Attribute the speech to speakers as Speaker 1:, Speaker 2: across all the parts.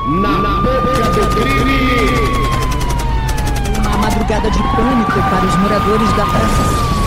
Speaker 1: Na boca do crime!
Speaker 2: Uma madrugada de pânico para os moradores da praça.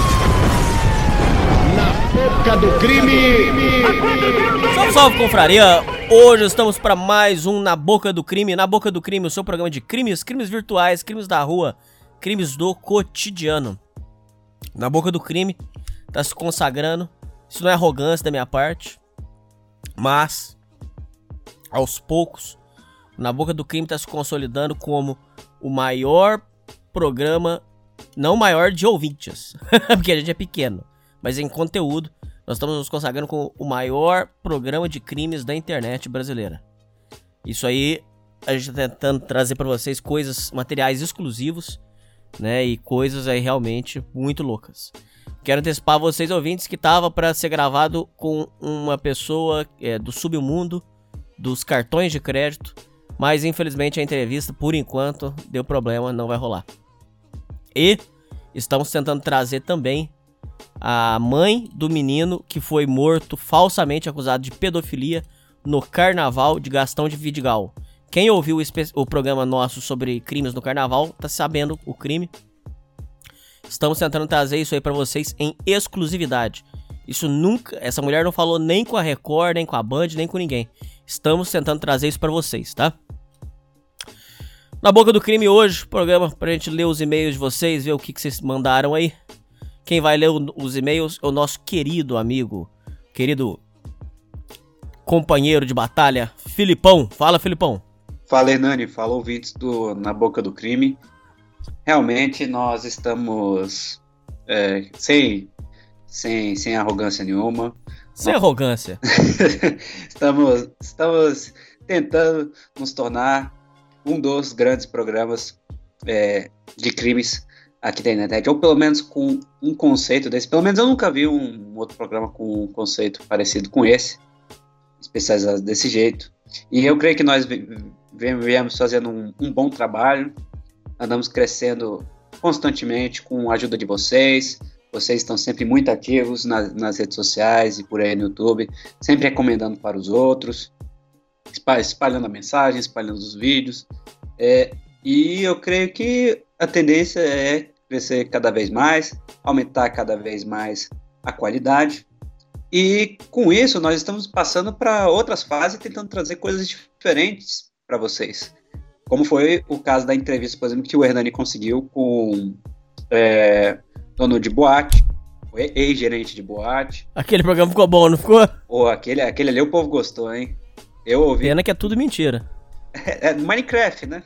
Speaker 1: Na boca do crime!
Speaker 3: Salve, salve, confraria! Hoje estamos para mais um Na Boca do Crime. Na Boca do Crime, o seu programa de crimes, crimes virtuais, crimes da rua, crimes do cotidiano. Na Boca do Crime, tá se consagrando. Isso não é arrogância da minha parte, mas aos poucos, Na Boca do Crime tá se consolidando como o maior programa, não maior de ouvintes, porque a gente é pequeno, mas em conteúdo, nós estamos nos consagrando como o maior programa de crimes da internet brasileira. Isso aí, a gente tá tentando trazer pra vocês coisas, materiais exclusivos, né, e coisas aí realmente muito loucas. Quero antecipar a vocês, ouvintes, que tava pra ser gravado com uma pessoa do submundo, dos cartões de crédito, mas infelizmente a entrevista, por enquanto, deu problema, não vai rolar. E estamos tentando trazer também a mãe do menino que foi morto falsamente acusado de pedofilia no carnaval de Gastão de Vidigal. Quem ouviu o programa nosso sobre crimes no carnaval tá sabendo o crime. Estamos tentando trazer isso aí pra vocês em exclusividade. Essa mulher não falou nem com a Record, nem com a Band, nem com ninguém. Estamos tentando trazer isso pra vocês, tá? Na Boca do Crime hoje, programa pra gente ler os e-mails de vocês, ver o que vocês mandaram aí. Quem vai ler os e-mails é o nosso querido amigo, querido companheiro de batalha, Filipão. Fala, Filipão.
Speaker 4: Fala, Hernani. Fala, ouvintes do Na Boca do Crime. Realmente nós estamos sem arrogância nenhuma.
Speaker 3: Sem arrogância.
Speaker 4: Estamos tentando nos tornar um dos grandes programas de crimes aqui da internet, ou pelo menos com um conceito desse. Pelo menos eu nunca vi um outro programa com um conceito parecido com esse, especializado desse jeito. E eu creio que nós viemos fazendo um bom trabalho. Andamos crescendo constantemente com a ajuda de vocês. Vocês estão sempre muito ativos nas redes sociais e por aí no YouTube, sempre recomendando para os outros, espalhando a mensagem, espalhando os vídeos. E eu creio que a tendência é crescer cada vez mais, aumentar cada vez mais a qualidade. E com isso nós estamos passando para outras fases, tentando trazer coisas diferentes para vocês. Como foi o caso da entrevista, por exemplo, que o Hernani conseguiu com dono de boate, ex-gerente de boate.
Speaker 3: Aquele programa ficou bom, não ficou?
Speaker 4: Aquele ali o povo gostou, hein? Eu ouvi.
Speaker 3: Pena que é tudo mentira.
Speaker 4: É Minecraft, né?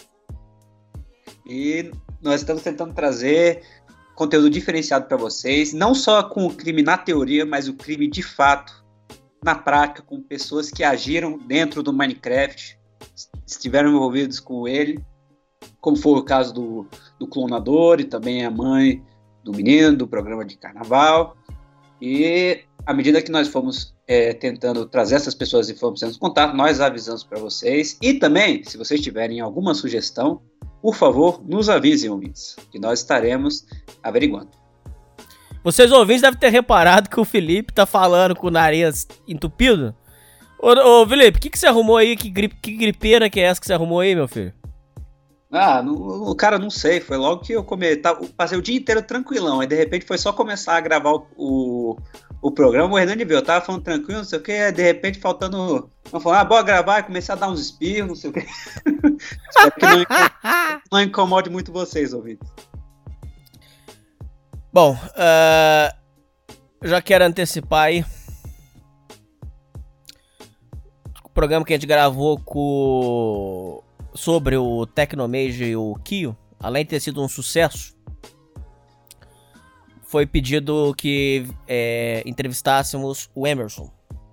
Speaker 4: E nós estamos tentando trazer conteúdo diferenciado para vocês, não só com o crime na teoria, mas o crime de fato, na prática, com pessoas que agiram dentro do Minecraft, estiveram envolvidos com ele, como foi o caso do clonador e também a mãe do menino do programa de carnaval. E à medida que nós fomos tentando trazer essas pessoas e fomos tendo contato, nós avisamos para vocês. E também, se vocês tiverem alguma sugestão, por favor, nos avisem, ouvintes, que nós estaremos averiguando.
Speaker 3: Vocês ouvintes devem ter reparado que o Felipe tá falando com o nariz entupido. Ô Felipe, o que você arrumou aí? Que gripeira que é essa que você arrumou aí, meu filho?
Speaker 4: Cara, não sei. Foi logo que eu passei o dia inteiro tranquilão. Aí de repente foi só começar a gravar o programa. O Hernani viu, eu tava falando tranquilo, não sei o que. Aí de repente faltando. Eu falei, bora gravar. E comecei a dar uns espirros, não sei o que. Espero que não incomode muito vocês, ouvintes.
Speaker 3: Bom, já quero antecipar aí o programa que a gente gravou sobre o Tecnomage e o Kio, além de ter sido um sucesso, foi pedido que entrevistássemos o Emerson.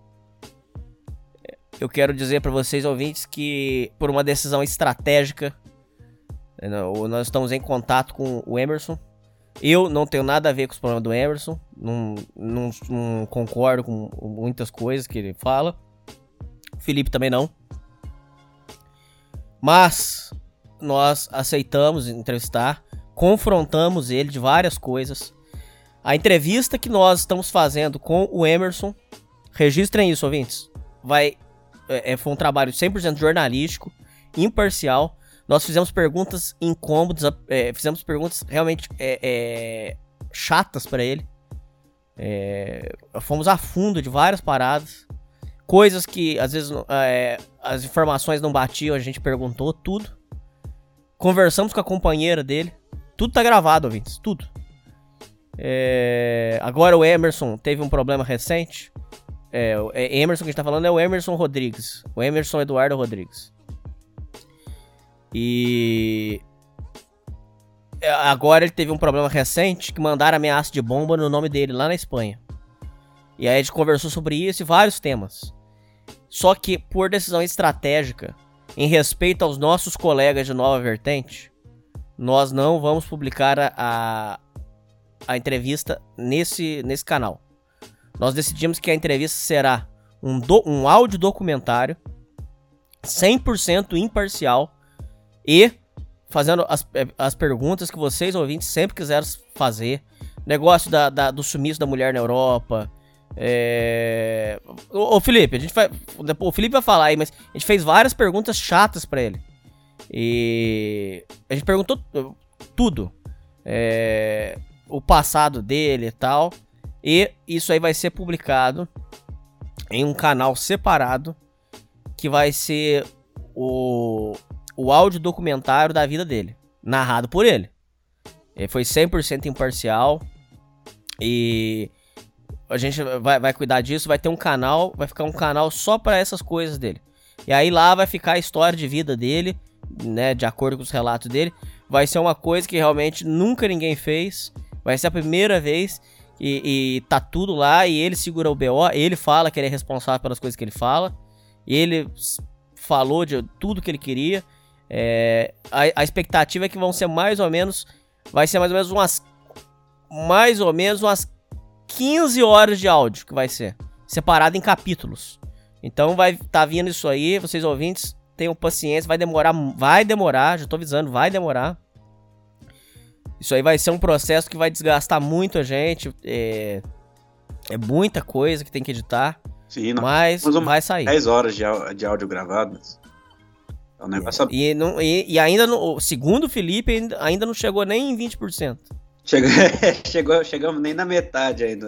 Speaker 3: Eu quero dizer para vocês, ouvintes, que por uma decisão estratégica, nós estamos em contato com o Emerson. Eu não tenho nada a ver com os problemas do Emerson, não concordo com muitas coisas que ele fala. O Felipe também não. Mas nós aceitamos entrevistar, confrontamos ele de várias coisas. A entrevista que nós estamos fazendo com o Emerson, registrem isso, ouvintes, vai foi um trabalho 100% jornalístico, imparcial. Nós fizemos perguntas incômodas, fizemos perguntas realmente chatas pra ele. Fomos a fundo de várias paradas. Coisas que, às vezes, as informações não batiam, a gente perguntou tudo. Conversamos com a companheira dele. Tudo tá gravado, ouvintes, tudo. Agora o Emerson teve um problema recente. O Emerson que a gente tá falando é o Emerson Rodrigues. O Emerson Eduardo Rodrigues. E agora ele teve um problema recente que mandaram ameaça de bomba no nome dele lá na Espanha. E aí a gente conversou sobre isso e vários temas. Só que por decisão estratégica, em respeito aos nossos colegas de Nova Vertente, nós não vamos publicar a entrevista nesse canal. Nós decidimos que a entrevista será um áudio documentário 100% imparcial e fazendo as perguntas que vocês ouvintes sempre quiseram fazer. Negócio do sumiço da mulher na Europa. Ô Felipe, o Felipe vai falar aí, mas a gente fez várias perguntas chatas pra ele. E a gente perguntou tudo. O passado dele e tal. E isso aí vai ser publicado em um canal separado, que vai ser o áudio documentário da vida dele, narrado por ele. Ele foi 100% imparcial. E a gente vai cuidar disso. Vai ter um canal, vai ficar um canal só para essas coisas dele. E aí lá vai ficar a história de vida dele, né, de acordo com os relatos dele. Vai ser uma coisa que realmente nunca ninguém fez. Vai ser a primeira vez. E tá tudo lá. E ele segura o BO. Ele fala que ele é responsável pelas coisas que ele fala. Ele falou de tudo que ele queria. A expectativa é que vão ser mais ou menos. Vai ser mais ou menos umas 15 horas de áudio que vai ser. Separado em capítulos. Então vai tá vindo isso aí. Vocês ouvintes, tenham paciência. Vai demorar. Já tô avisando, vai demorar. Isso aí vai ser um processo que vai desgastar muito a gente. É muita coisa que tem que editar. Sim, mas vai sair.
Speaker 4: 10 horas de áudio gravado. É um negócio...
Speaker 3: E ainda, segundo o Felipe, ainda não chegou nem em 20%.
Speaker 4: Chegamos nem na metade ainda.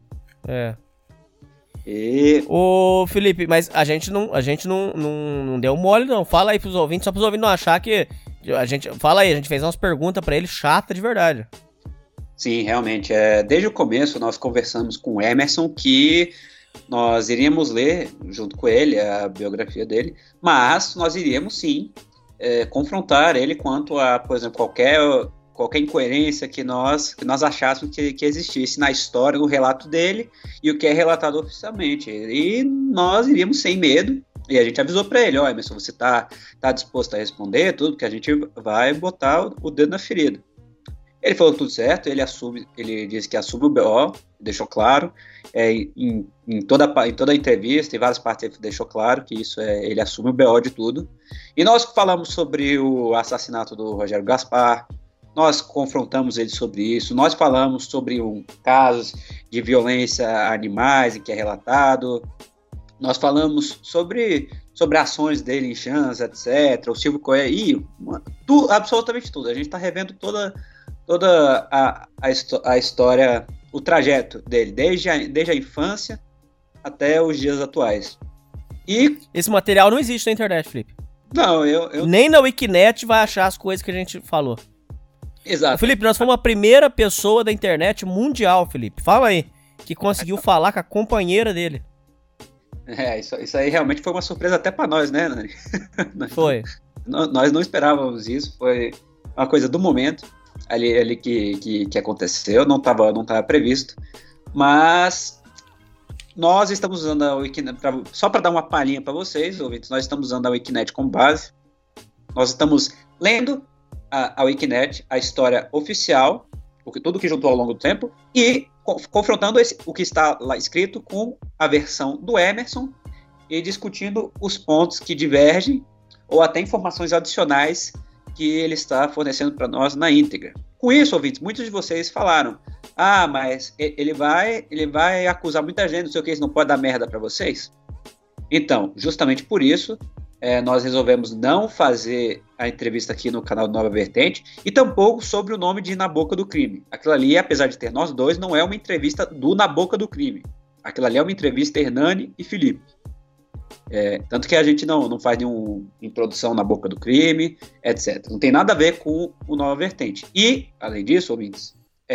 Speaker 3: Ô Felipe, mas a gente não deu mole não. Fala aí pros ouvintes, só pros ouvintes não achar que fala aí, a gente fez umas perguntas pra ele chata de verdade.
Speaker 4: Sim, realmente, desde o começo nós conversamos com o Emerson que nós iríamos ler junto com ele a biografia dele, mas nós iríamos sim confrontar ele quanto a, por exemplo, qualquer incoerência que nós achássemos que existisse na história, no relato dele e o que é relatado oficialmente. E nós iríamos sem medo, e a gente avisou para ele, Emerson, você tá disposto a responder tudo, que a gente vai botar o dedo na ferida. Ele falou tudo certo, ele disse que assume o BO, deixou claro, em toda a entrevista, em várias partes ele deixou claro que ele assume o BO de tudo. E nós falamos sobre o assassinato do Rogério Gaspar, nós confrontamos ele sobre isso, nós falamos sobre casos de violência a animais em que é relatado, nós falamos sobre ações dele em Chans, etc., o Silvio Coelho, absolutamente tudo. A gente está revendo toda a história, o trajeto dele, desde a infância até os dias atuais. E
Speaker 3: esse material não existe na internet, Felipe.
Speaker 4: Não,
Speaker 3: nem na Wikinet vai achar as coisas que a gente falou.
Speaker 4: Exato.
Speaker 3: Felipe, nós fomos a primeira pessoa da internet mundial, Felipe. Fala aí, que conseguiu falar com a companheira dele.
Speaker 4: Isso aí realmente foi uma surpresa até pra nós, né, Nani?
Speaker 3: Foi.
Speaker 4: Nós não esperávamos isso, foi uma coisa do momento ali que aconteceu, não estava previsto, mas nós estamos usando a Wikinet, só para dar uma palhinha para vocês, ouvintes, nós estamos usando a Wikinet como base, nós estamos lendo a Wikinet, a história oficial, tudo que juntou ao longo do tempo, e confrontando o que está lá escrito com a versão do Emerson e discutindo os pontos que divergem ou até informações adicionais que ele está fornecendo para nós na íntegra. Com isso, ouvintes, muitos de vocês falaram, mas ele vai acusar muita gente, não sei o que, isso não pode dar merda para vocês? Então, justamente por isso, nós resolvemos não fazer a entrevista aqui no canal do Nova Vertente e tampouco sobre o nome de Na Boca do Crime. Aquilo ali, apesar de ter nós dois, não é uma entrevista do Na Boca do Crime. Aquilo ali é uma entrevista Hernani e Felipe. Tanto que a gente não faz nenhuma introdução na boca do crime, etc. Não tem nada a ver com o Nova Vertente. E, além disso, ouvintes,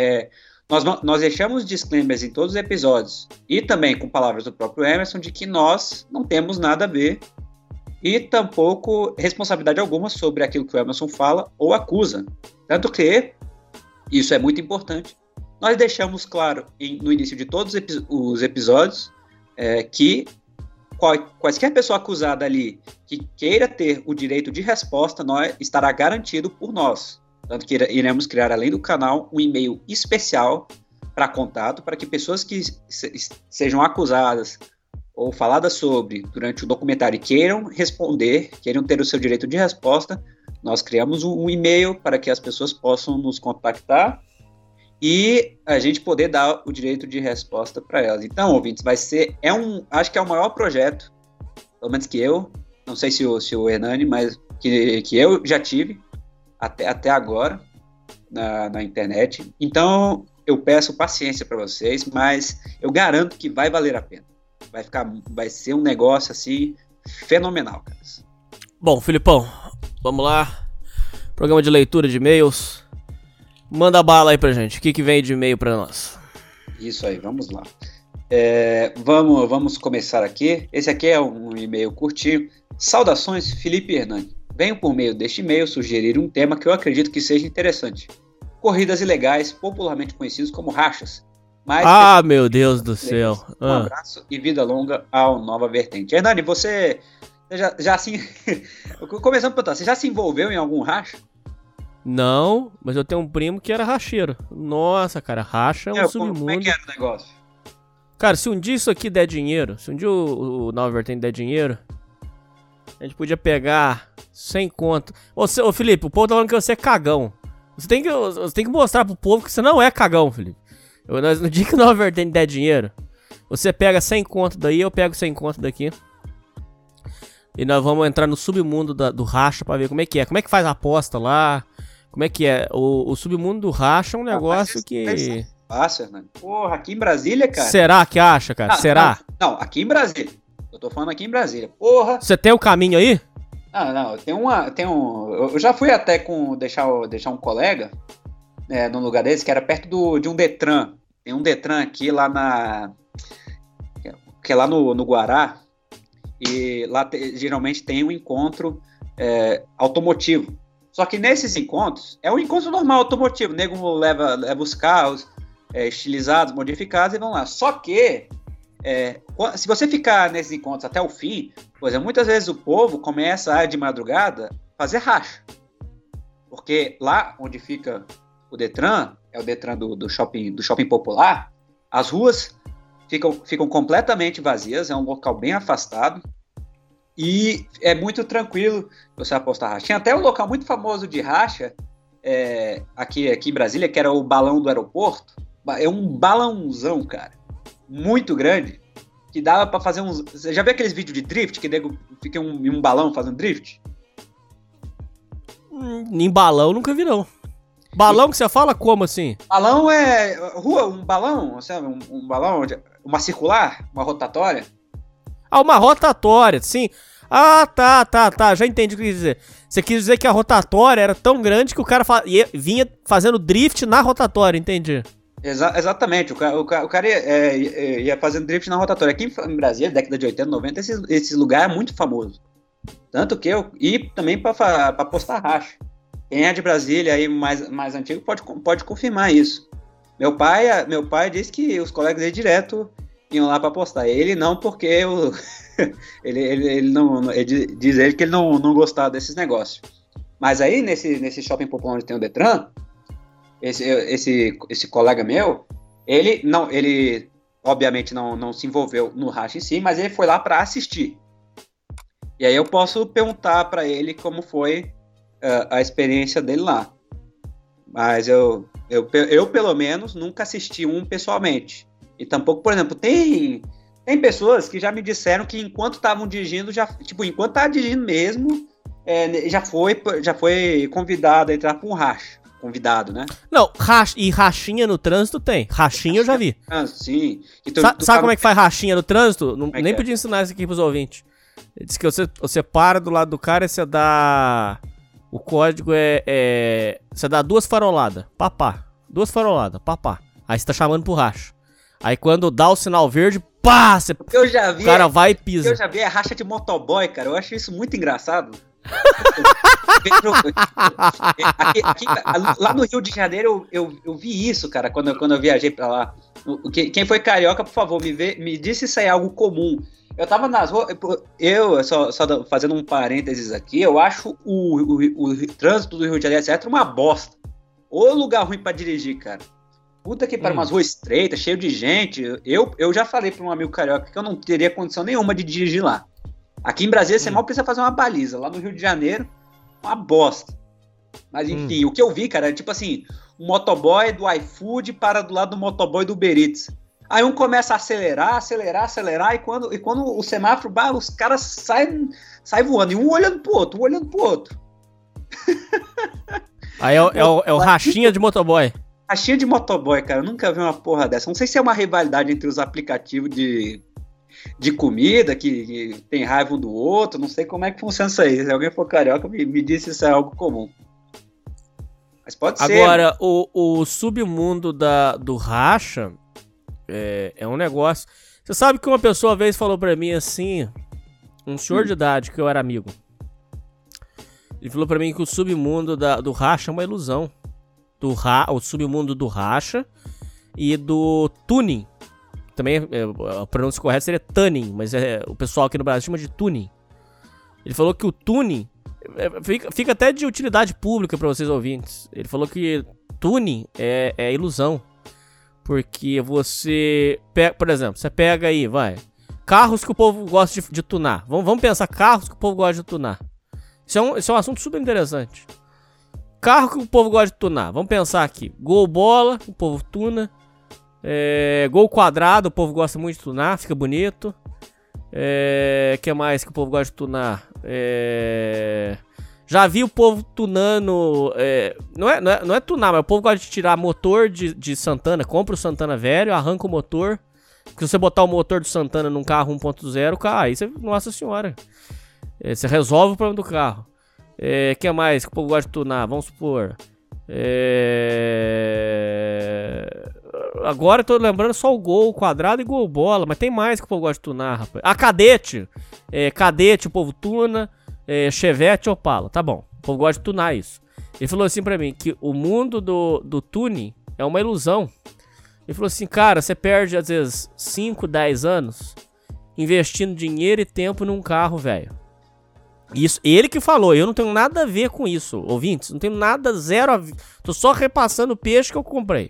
Speaker 4: nós deixamos disclaimers em todos os episódios e também com palavras do próprio Emerson de que nós não temos nada a ver e tampouco responsabilidade alguma sobre aquilo que o Emerson fala ou acusa. Tanto que, isso é muito importante, nós deixamos claro no início de todos os episódios que quaisquer pessoa acusada ali que queira ter o direito de resposta estará garantido por nós. Tanto que iremos criar, além do canal, um e-mail especial para contato, para que pessoas que sejam acusadas ou faladas sobre durante o documentário e queiram responder, queiram ter o seu direito de resposta, nós criamos um e-mail para que as pessoas possam nos contactar e a gente poder dar o direito de resposta para elas. Então, ouvintes, acho que é o maior projeto, pelo menos que eu, não sei se o Hernani, mas que eu já tive até agora na internet. Então, eu peço paciência para vocês, mas eu garanto que vai valer a pena. Vai ser um negócio assim fenomenal, cara.
Speaker 3: Bom, Filipão, vamos lá. Programa de leitura de e-mails. Manda bala aí pra gente. O que vem de e-mail pra nós?
Speaker 4: Isso aí, vamos lá. Vamos começar aqui. Esse aqui é um e-mail curtinho. Saudações, Felipe Hernani. Venho por meio deste e-mail sugerir um tema que eu acredito que seja interessante. Corridas ilegais, popularmente conhecidos como rachas.
Speaker 3: Meu Deus do céu.
Speaker 4: Um abraço e vida longa ao Nova Vertente. Hernani, você já assim... Começando a perguntar, você já se envolveu em algum racha?
Speaker 3: Não, mas eu tenho um primo que era racheiro. Nossa, cara, racha é um submundo.
Speaker 4: Como é que era o negócio?
Speaker 3: Cara, se um dia isso aqui der dinheiro, se um dia o Nova Vertente der dinheiro, a gente podia pegar 100 conto. Ô Felipe, o povo tá falando que você é cagão. Você tem que mostrar pro povo que você não é cagão, Felipe. No dia que o Nova Vertente der dinheiro, você pega 100 conto daí, eu pego 100 conto daqui. E nós vamos entrar no submundo do racha pra ver como é que é. Como é que faz a aposta lá? Como é que é? O submundo do racha é um negócio que...
Speaker 4: Fácil, né? Porra, aqui em Brasília, cara.
Speaker 3: Será que acha, cara? Será?
Speaker 4: Não, aqui em Brasília. Eu tô falando aqui em Brasília. Porra.
Speaker 3: Você tem o caminho aí?
Speaker 4: Não, eu já fui até deixar um colega num lugar desse, que era perto de um Detran. Tem um Detran aqui que é lá no Guará. E lá geralmente tem um encontro automotivo. Só que nesses encontros, é um encontro normal, automotivo. O nego leva os carros estilizados, modificados e vão lá. Só que, se você ficar nesses encontros até o fim, por exemplo, muitas vezes o povo começa de madrugada fazer racha. Porque lá onde fica o Detran, é o Detran do shopping popular, as ruas ficam completamente vazias, é um local bem afastado. E é muito tranquilo você apostar racha. Tinha até um local muito famoso de racha aqui em Brasília, que era o balão do aeroporto. É um balãozão, cara, muito grande, que dava pra fazer uns... Você já viu aqueles vídeos de drift, que nego fica em um balão fazendo drift?
Speaker 3: Em balão nunca vi, não. Balão que você fala como assim?
Speaker 4: Balão é rua, um balão, sabe? Um balão, uma circular, uma rotatória.
Speaker 3: Uma rotatória, sim. Tá. Já entendi o que quis dizer. Você quis dizer que a rotatória era tão grande que o cara vinha fazendo drift na rotatória, entendi.
Speaker 4: Exatamente. O cara ia fazendo drift na rotatória. Aqui em Brasília, década de 80, 90, esse lugar é muito famoso. Tanto que e também para postar racha. Quem é de Brasília aí mais antigo pode confirmar isso. Meu pai disse que os colegas dele direto iam lá para apostar. Ele não, porque ele diz que ele não gostava desses negócios. Mas aí, nesse shopping popular onde tem o Detran, esse colega meu, ele obviamente não se envolveu no racha em si, mas ele foi lá para assistir. E aí eu posso perguntar para ele como foi a experiência dele lá. Mas eu pelo menos nunca assisti um pessoalmente. E tampouco, por exemplo, tem Tem pessoas que já me disseram que enquanto estavam dirigindo, enquanto tava dirigindo mesmo, já foi convidado a entrar pra um racha. Convidado, né?
Speaker 3: Não, rachinha no trânsito tem. Rachinha eu já vi.
Speaker 4: Sim.
Speaker 3: Sabe como é que faz rachinha no trânsito? Nem podia ensinar isso aqui pros ouvintes. Ele disse que você para do lado do cara e você dá... O código você dá 2 faroladas. Papá. 2 faroladas. Papá. Aí você tá chamando pro racha. Aí quando dá o sinal verde, pá!
Speaker 4: Eu já vi.
Speaker 3: O cara vai e pisa.
Speaker 4: Eu já vi a racha de motoboy, cara. Eu acho isso muito engraçado. Lá no Rio de Janeiro eu vi isso, cara, quando eu viajei pra lá. Quem foi carioca, por favor, me disse se é algo comum. Eu tava nas ruas, só fazendo um parênteses aqui, eu acho o trânsito do Rio de Janeiro, etc., uma bosta. Ô lugar ruim pra dirigir, cara. Puta que para umas ruas estreitas, cheio de gente. Eu já falei pra um amigo carioca que eu não teria condição nenhuma de dirigir lá. Aqui em Brasília você mal precisa fazer uma baliza. Lá no Rio de Janeiro, uma bosta. Mas enfim, o que eu vi, cara, é tipo assim, um motoboy do iFood para do lado do motoboy do Uber Eats. Aí um começa a acelerar, e quando o semáforo, os caras saem voando. E um olhando pro outro.
Speaker 3: Aí é o rachinha de motoboy.
Speaker 4: Rachinha de motoboy, cara. Eu nunca vi uma porra dessa. Não sei se é uma rivalidade entre os aplicativos de comida, que tem raiva um do outro, não sei como é que funciona isso aí. Se alguém for carioca, me diz se isso é algo comum. Mas pode ser.
Speaker 3: Agora, o submundo do racha é um negócio... Você sabe que uma pessoa uma vez falou pra mim assim, um senhor de idade, que eu era amigo, ele falou pra mim que o submundo do racha é uma ilusão. O submundo do racha e do tuning. Também a pronúncia correta seria tuning, mas o pessoal aqui no Brasil chama de tuning. Ele falou que o tuning fica até de utilidade pública para vocês ouvintes. Ele falou que tuning é ilusão. Porque você pega, por exemplo, você pega aí, carros que o povo gosta de tunar. Vamos pensar carros que o povo gosta de tunar. Isso é um assunto super interessante. Carro que o povo gosta de tunar. Vamos pensar aqui. Gol bola, o povo tuna. Gol quadrado, o povo gosta muito de tunar, fica bonito. Que mais que o povo gosta de tunar? Já vi o povo tunando. Não é tunar, mas o povo gosta de tirar motor de Santana. Compra o Santana velho, arranca o motor. Porque se você botar o motor do Santana num carro 1.0, aí você, nossa senhora. Você resolve o problema do carro. Que mais que o povo gosta de tunar? Vamos supor. Agora eu tô lembrando só o gol quadrado e gol bola, mas tem mais que o povo gosta de tunar, rapaz. Cadete. Cadete o povo tuna. Chevette ou Opala, tá bom. O povo gosta de tunar isso. Ele falou assim pra mim que o mundo do tuning é uma ilusão. Ele falou assim, cara, você perde às vezes 5, 10 anos investindo dinheiro e tempo num carro, velho. Isso, ele que falou, eu não tenho nada a ver com isso, ouvintes, não tenho nada, zero a ver, tô só repassando o peixe que eu comprei.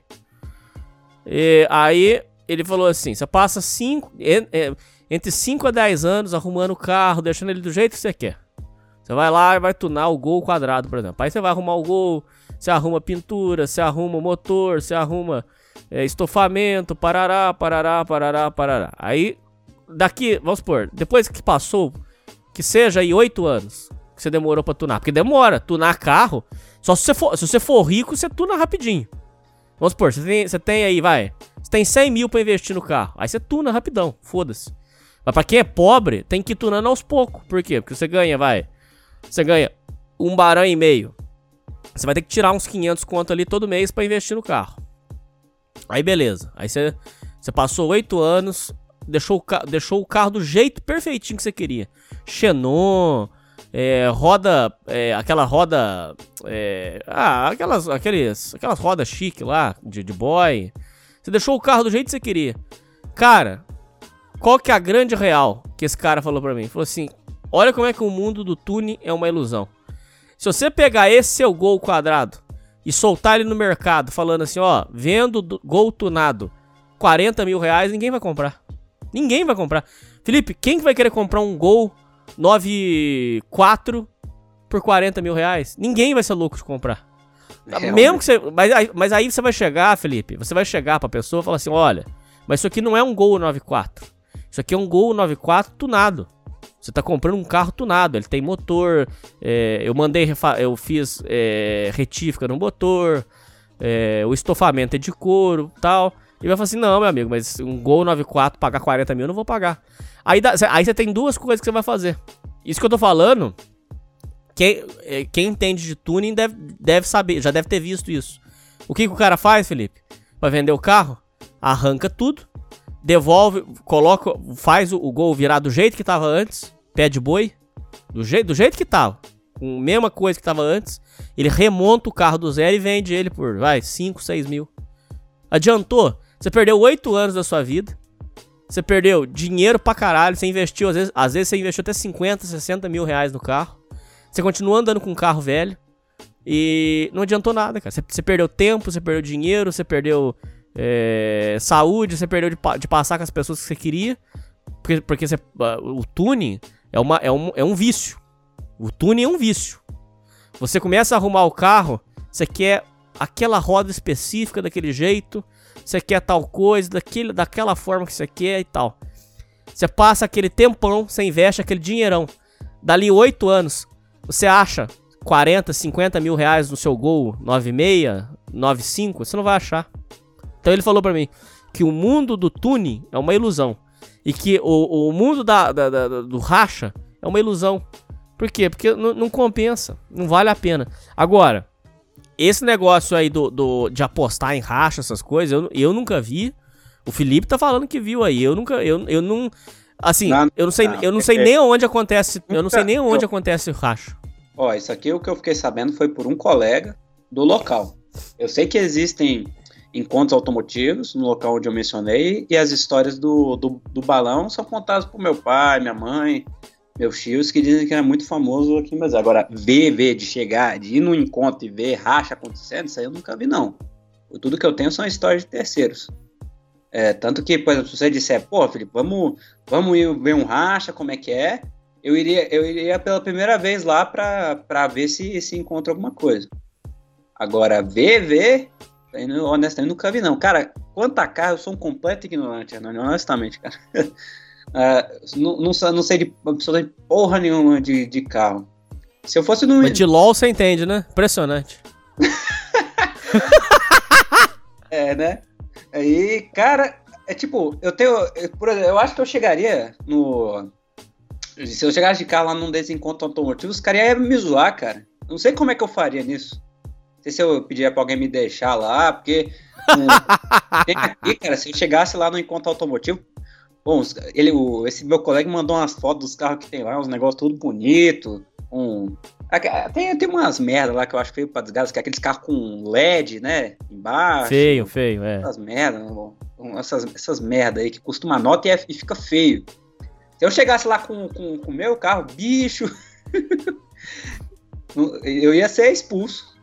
Speaker 3: Aí ele falou assim, você passa entre 5 a 10 anos arrumando o carro, deixando ele do jeito que você quer. Você vai lá e vai tunar o Gol quadrado, por exemplo. Aí você vai arrumar o Gol, você arruma pintura, você arruma o motor, você arruma estofamento, parará. Aí, daqui, vamos supor, depois que passou, que seja aí 8 anos que você demorou pra tunar. Porque demora, tunar carro, só se você for rico, você tuna rapidinho. Vamos supor, você tem aí, você tem 100 mil pra investir no carro. Aí você tuna rapidão, foda-se. Mas pra quem é pobre, tem que ir tunando aos poucos. Por quê? Porque você ganha, você ganha $1,5 barão. Você vai ter que tirar uns 500 conto ali todo mês pra investir no carro. Aí beleza. Aí você passou 8 anos, deixou o carro do jeito perfeitinho que você queria. Xenon, roda, aquela roda, aquelas rodas chique lá, de boy. Você deixou o carro do jeito que você queria. Cara, qual que é a grande real que esse cara falou pra mim? Ele falou assim, olha como é que o mundo do tuning é uma ilusão. Se você pegar esse seu Gol quadrado e soltar ele no mercado falando assim, ó, vendo Gol tunado, R$40 mil, ninguém vai comprar. Ninguém vai comprar. Felipe, quem que vai querer comprar um Gol 9.4 por R$40 mil? Ninguém vai ser louco de comprar. Mesmo que você... Mas aí você vai chegar, Felipe, você vai chegar pra pessoa e falar assim, olha, mas isso aqui não é um Gol 9.4. Isso aqui é um Gol 94 tunado. Você tá comprando um carro tunado, ele tem motor, eu fiz retífica no motor, o estofamento é de couro e tal. E vai falar assim, não, meu amigo, mas um Gol 94 pagar 40 mil eu não vou pagar. Aí você tem duas coisas que você vai fazer. Isso que eu tô falando, quem entende de tuning deve saber, já deve ter visto isso. O que o cara faz, Felipe? Vai vender o carro, arranca tudo, devolve, faz o Gol virar do jeito que tava antes, pé de boi, do jeito que tava, com a mesma coisa que tava antes, ele remonta o carro do zero e vende ele por, 5, 6 mil. Adiantou? Você perdeu 8 anos da sua vida, você perdeu dinheiro pra caralho, você investiu, às vezes você investiu até 50, 60 mil reais no carro, você continua andando com um carro velho, e não adiantou nada, cara. Você perdeu tempo, você perdeu dinheiro, você perdeu saúde, você perdeu de passar com as pessoas que você queria, porque o tuning é um vício. O tuning é um vício. Você começa a arrumar o carro, você quer aquela roda específica daquele jeito, você quer tal coisa, daquela forma que você quer e tal. Você passa aquele tempão, você investe aquele dinheirão. Dali 8 anos, você acha 40, 50 mil reais no seu Gol 96, 95, você não vai achar. Então ele falou pra mim que o mundo do tuning é uma ilusão. E que o mundo do racha é uma ilusão. Por quê? Porque não compensa, não vale a pena. Agora, esse negócio aí de apostar em racha, essas coisas, eu nunca vi. O Felipe tá falando que viu aí. Eu não... Assim, eu não sei nem onde acontece. Eu não sei nem onde acontece o racha.
Speaker 4: Ó, isso aqui o que eu fiquei sabendo foi por um colega do local. Eu sei que existem encontros automotivos no local onde eu mencionei, e as histórias do balão são contadas por meu pai, minha mãe, meus tios, que dizem que era muito famoso aqui em Brasília. Agora, de chegar, de ir num encontro e ver racha acontecendo, isso aí eu nunca vi, não. Tudo que eu tenho são histórias de terceiros. Tanto que, por exemplo, se você disser, pô, Felipe, vamos ir ver um racha, como é que é? Eu iria pela primeira vez lá pra ver se encontra alguma coisa. Agora, honestamente, nunca vi, não. Cara, quanto a carro, eu sou um completo ignorante, honestamente, cara. Não sei de absolutamente porra nenhuma de carro. Se eu fosse no...
Speaker 3: Mas de LOL você entende, né? Impressionante.
Speaker 4: Né? Aí, cara, tipo, eu acho que eu chegaria no... Se eu chegasse de carro lá num desses encontros automotivos, os caras iam me zoar, cara. Não sei como é que eu faria nisso. Não sei se eu pediria pra alguém me deixar lá, porque... tem aqui, cara, se eu chegasse lá no encontro automotivo... Bom, esse meu colega mandou umas fotos dos carros que tem lá, uns negócios tudo bonito. Tem umas merdas lá que eu acho feio pra desgraça, que é aqueles carros com LED, né? Embaixo.
Speaker 3: Feio, é.
Speaker 4: Essas merdas, essas merdas aí que custa uma nota e fica feio. Se eu chegasse lá com o meu carro, bicho, eu ia ser expulso.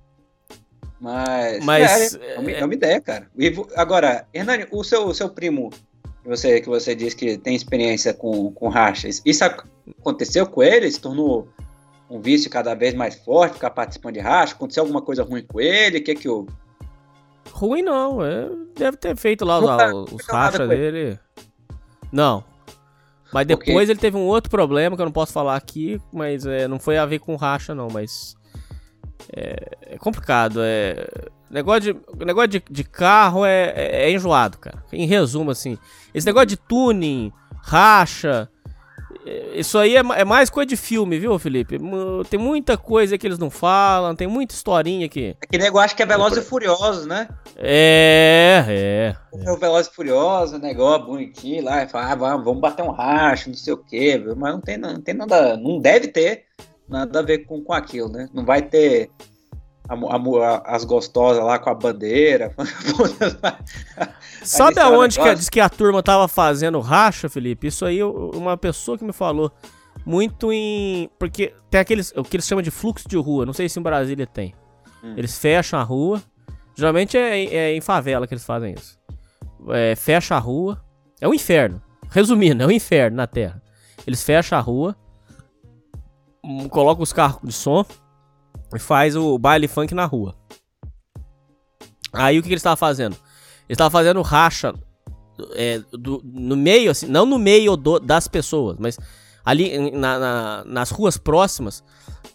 Speaker 4: Mas é uma ideia, cara. Agora, Hernani, o seu primo, que você disse que tem experiência com rachas, isso aconteceu com ele? Se tornou um vício cada vez mais forte, ficar participando de racha? Aconteceu alguma coisa ruim com ele? O que houve?
Speaker 3: Ruim não, deve ter feito lá os rachas dele. Não. Mas depois ele teve um outro problema que eu não posso falar aqui, mas não foi a ver com racha não, mas é complicado. Negócio de carro é enjoado, cara. Em resumo, assim, esse negócio de tuning, racha, isso aí é mais coisa de filme, viu, Felipe? Tem muita coisa que eles não falam, tem muita historinha aqui.
Speaker 4: Aquele negócio que é Velozes e Furiosos, né? O Velozes e Furiosos, negócio bonitinho lá, fala, vamos bater um racha, não sei o quê, mas não tem nada, não deve ter nada a ver com aquilo, né? Não vai ter as gostosas lá com a bandeira.
Speaker 3: Sabe aonde diz que a turma tava fazendo racha, Felipe? Isso aí, uma pessoa que me falou muito porque tem o que eles chamam de fluxo de rua, não sei se em Brasília tem. Eles fecham a rua, geralmente é em favela que eles fazem isso. Fecha a rua, é um inferno. Resumindo, é um inferno na terra. Eles fecham a rua, colocam os carros de som e faz o baile funk na rua. Aí o que eles estavam fazendo? Eles estavam fazendo racha no meio, assim, não no meio das pessoas, mas ali nas ruas próximas,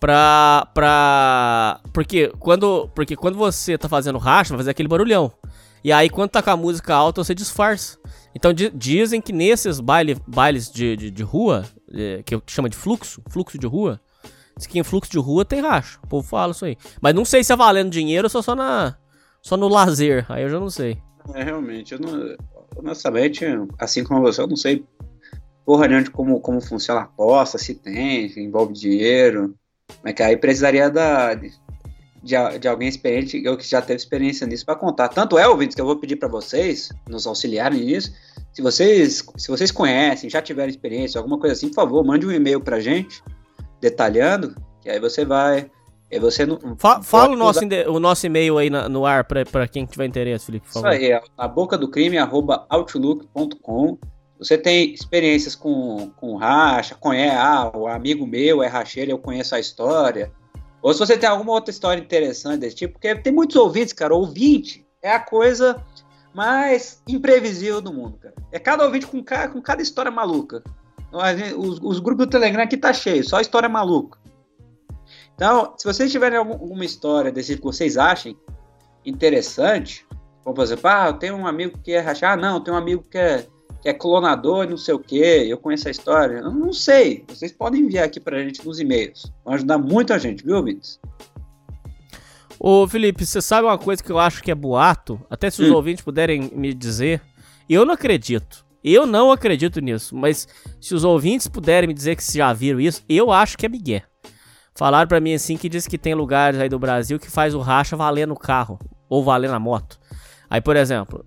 Speaker 3: porque quando você tá fazendo racha, vai fazer aquele barulhão. E aí quando tá com a música alta, você disfarça. Então dizem que nesses bailes de rua, que chama de fluxo de rua, diz que em fluxo de rua tem racha. O povo fala isso aí. Mas não sei se é valendo dinheiro ou só no lazer. Aí eu já não sei.
Speaker 4: Realmente, honestamente, assim como você, eu não sei porra nenhuma de como funciona a aposta, se envolve dinheiro. Mas que aí precisaria de alguém experiente, eu que já teve experiência nisso pra contar. Tanto é, ouvintes, que eu vou pedir pra vocês nos auxiliarem nisso. Se vocês conhecem, já tiveram experiência, alguma coisa assim, por favor, mande um e-mail pra gente, detalhando, que aí você vai... Aí você não...
Speaker 3: Fala o nosso e-mail aí no ar pra quem tiver interesse, Felipe, por favor.
Speaker 4: Isso aí, é nabocadocrime@outlook.com. Você tem experiências com racha, o amigo meu é racheiro, eu conheço a história. Ou se você tem alguma outra história interessante desse tipo, porque tem muitos ouvintes, cara. Ouvinte é a coisa mais imprevisível do mundo, cara. É cada ouvinte com cada história maluca. Os grupos do Telegram aqui tá cheio, só história maluca. Então, se vocês tiverem alguma história desse que vocês achem interessante, como por exemplo, eu tenho um amigo que é rachar, não, tem um amigo que é clonador e não sei o que, eu conheço a história, eu não sei, vocês podem enviar aqui pra gente nos e-mails, vai ajudar muito a gente, viu, ouvintes?
Speaker 3: Ô Felipe, você sabe uma coisa que eu acho que é boato, até se os ouvintes puderem me dizer, eu não acredito nisso, mas se os ouvintes puderem me dizer que já viram isso, eu acho que é migué. Falaram pra mim assim que diz que tem lugares aí do Brasil que faz o racha valendo o carro, ou valendo a moto. Aí, por exemplo,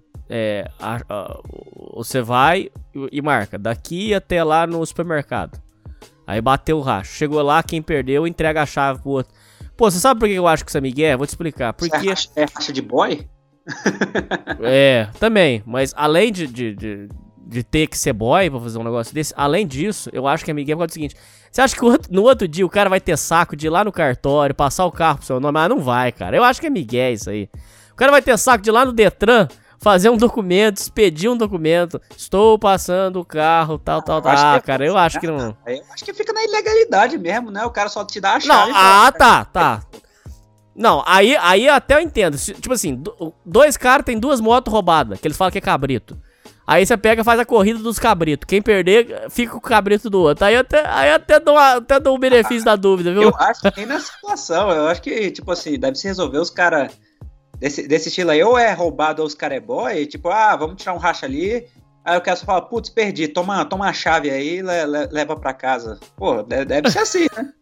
Speaker 3: você vai e marca daqui até lá no supermercado. Aí bateu o racha. Chegou lá, quem perdeu entrega a chave pro outro. Pô, você sabe por que eu acho que isso é migué? Vou te explicar. Porque...
Speaker 4: É racha de boy?
Speaker 3: Também. Mas além de ter que ser boy pra fazer um negócio desse, além disso, eu acho que é migué por causa do seguinte. Você acha que no outro dia o cara vai ter saco de ir lá no cartório, passar o carro pro seu nome? Ah, não vai, cara. Eu acho que é migué isso aí. O cara vai ter saco de ir lá no Detran, fazer um documento, expedir um documento. Estou passando o carro, tal. Cara, eu acho que não...
Speaker 4: Eu acho que fica na ilegalidade mesmo, né? O cara só te dá a chave.
Speaker 3: Não, tá. Não, aí até eu entendo. Tipo assim, dois caras tem 2 motos roubadas, que eles falam que é cabrito. Aí você pega e faz a corrida dos cabritos. Quem perder, fica com o cabrito do outro. Aí até dou o benefício da dúvida, viu?
Speaker 4: Eu acho que tem na situação. Eu acho que, tipo assim, deve se resolver os caras desse estilo aí. Ou é roubado ou os caras é boy. Tipo, vamos tirar um racha ali. Aí o cara só fala, putz, perdi. Toma a chave aí e leva pra casa. Pô, deve ser assim, né?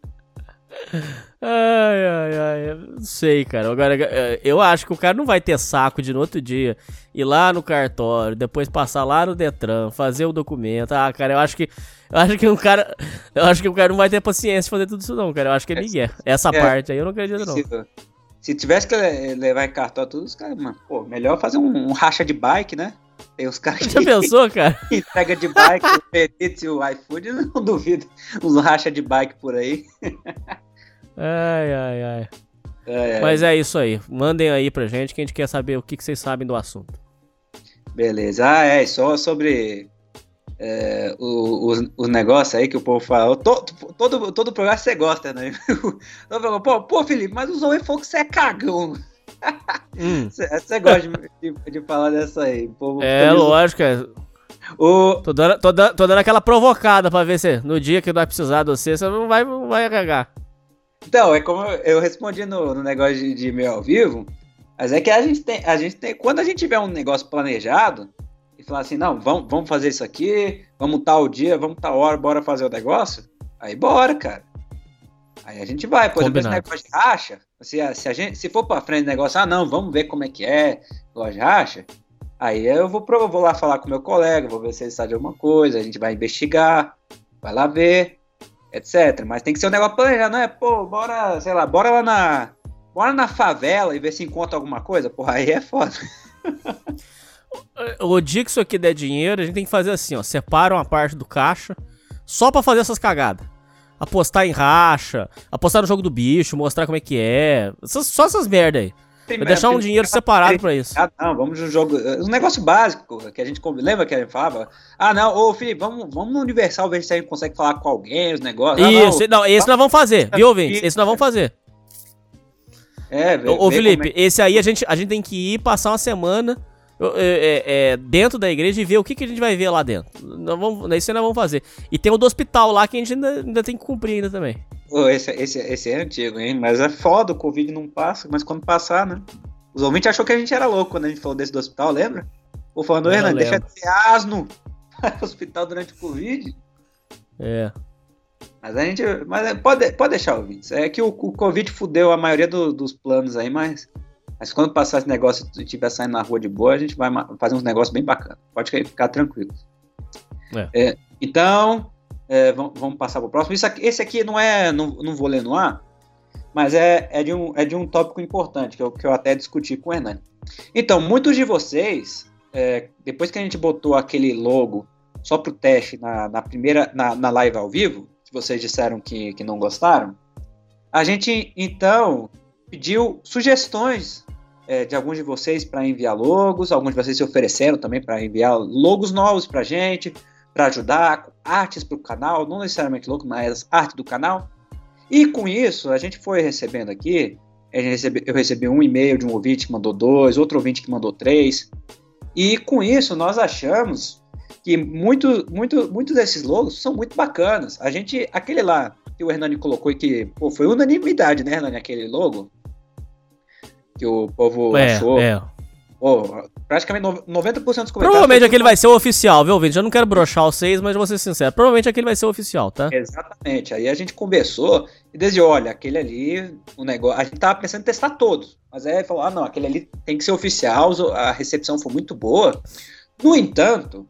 Speaker 3: Ai, não sei, cara. Agora, eu acho que o cara não vai ter saco de no outro dia ir lá no cartório, depois passar lá no Detran, fazer o documento. Cara, eu acho que o cara não vai ter paciência de fazer tudo isso não, cara. Eu acho que é migué. Essa parte aí eu não acredito não.
Speaker 4: Se tivesse que levar em cartório tudo, os caras, mano, pô, melhor fazer um racha de bike, né? Tem os caras que...
Speaker 3: Já pensou, cara?
Speaker 4: Entrega de bike, o Petite e o iFood, não duvido. Uns racha de bike por aí.
Speaker 3: Ai. Mas é isso aí. Mandem aí pra gente que a gente quer saber o que vocês sabem do assunto.
Speaker 4: Beleza. Só sobre os negócios aí que o povo fala. Todo programa você gosta, né? Pô, Felipe, mas o Zoe falou que você é cagão. Você gosta de falar dessa aí. O povo
Speaker 3: lógico. Tô dando aquela provocada pra ver se no dia que vai precisar de você não vai cagar.
Speaker 4: Então, é como eu respondi no negócio de e-mail ao vivo, mas é que a gente tem, quando a gente tiver um negócio planejado, e falar assim, não, vamos fazer isso aqui, vamos tal dia, vamos tal hora, bora fazer o negócio, aí bora, cara. Aí a gente vai, por exemplo, esse negócio de racha, se for pra frente o negócio, não, vamos ver como é que é, negócio de racha, aí eu vou lá falar com meu colega, vou ver se ele sabe de alguma coisa, a gente vai investigar, vai lá ver, etc. Mas tem que ser um negócio planejado, não é? Pô, bora lá na favela e ver se encontra alguma coisa. Porra, aí é foda.
Speaker 3: O dia que isso aqui der dinheiro, a gente tem que fazer assim, ó. Separa uma parte do caixa só pra fazer essas cagadas. Apostar em racha, apostar no jogo do bicho, mostrar como é que é. Só essas merda aí. Vou deixar um dinheiro separado pra isso.
Speaker 4: Ah, não, vamos no jogo. Um negócio básico que a gente lembra que a gente falava? Ah, não, ô Felipe, vamos no Universal ver se a gente consegue falar com alguém, os negócios.
Speaker 3: Isso, não, esse nós vamos fazer, viu, ouvintes? Esse nós vamos fazer. Ô Felipe, esse aí a gente tem que ir passar uma semana dentro da igreja e ver o que a gente vai ver lá dentro. Isso nós vamos fazer. E tem o do hospital lá que a gente ainda tem que cumprir ainda também.
Speaker 4: Esse é antigo, hein? Mas é foda, o Covid não passa, mas quando passar, né? Os ouvintes achou que a gente era louco quando a gente falou desse do hospital, lembra? Ou falando, Hernani, deixa de ser asno para o hospital durante o Covid. Mas pode deixar, ouvintes. É que o Covid fudeu a maioria dos planos aí, mas quando passar esse negócio e estiver saindo na rua de boa, a gente vai fazer uns negócios bem bacanas. Pode ficar tranquilo. Então, vamos passar para o próximo. Esse aqui não vou ler no ar, mas é de um tópico importante, que eu até discuti com o Hernani. Então, muitos de vocês, depois que a gente botou aquele logo só pro teste na live ao vivo, que vocês disseram que não gostaram, a gente, então, pediu sugestões de alguns de vocês para enviar logos, alguns de vocês se ofereceram também para enviar logos novos pra gente, para ajudar, artes pro canal, não necessariamente logo, mas arte do canal. E com isso, a gente foi recebendo aqui, eu recebi um e-mail de um ouvinte que mandou 2, outro ouvinte que mandou 3, e com isso nós achamos que muitos desses logos são muito bacanas. Aquele lá que o Hernani colocou e que foi unanimidade, né, Hernani, aquele logo que o povo achou. Praticamente 90% dos comentários.
Speaker 3: Provavelmente aquele vai ser o oficial, viu, ouvinte? Eu não quero broxar vocês, mas vou ser sincero. Provavelmente aquele vai ser o oficial, tá?
Speaker 4: Exatamente. Aí a gente conversou e desde, olha, aquele ali, o negócio. A gente tava pensando em testar todos. Mas aí falou, não, aquele ali tem que ser oficial, a recepção foi muito boa. No entanto,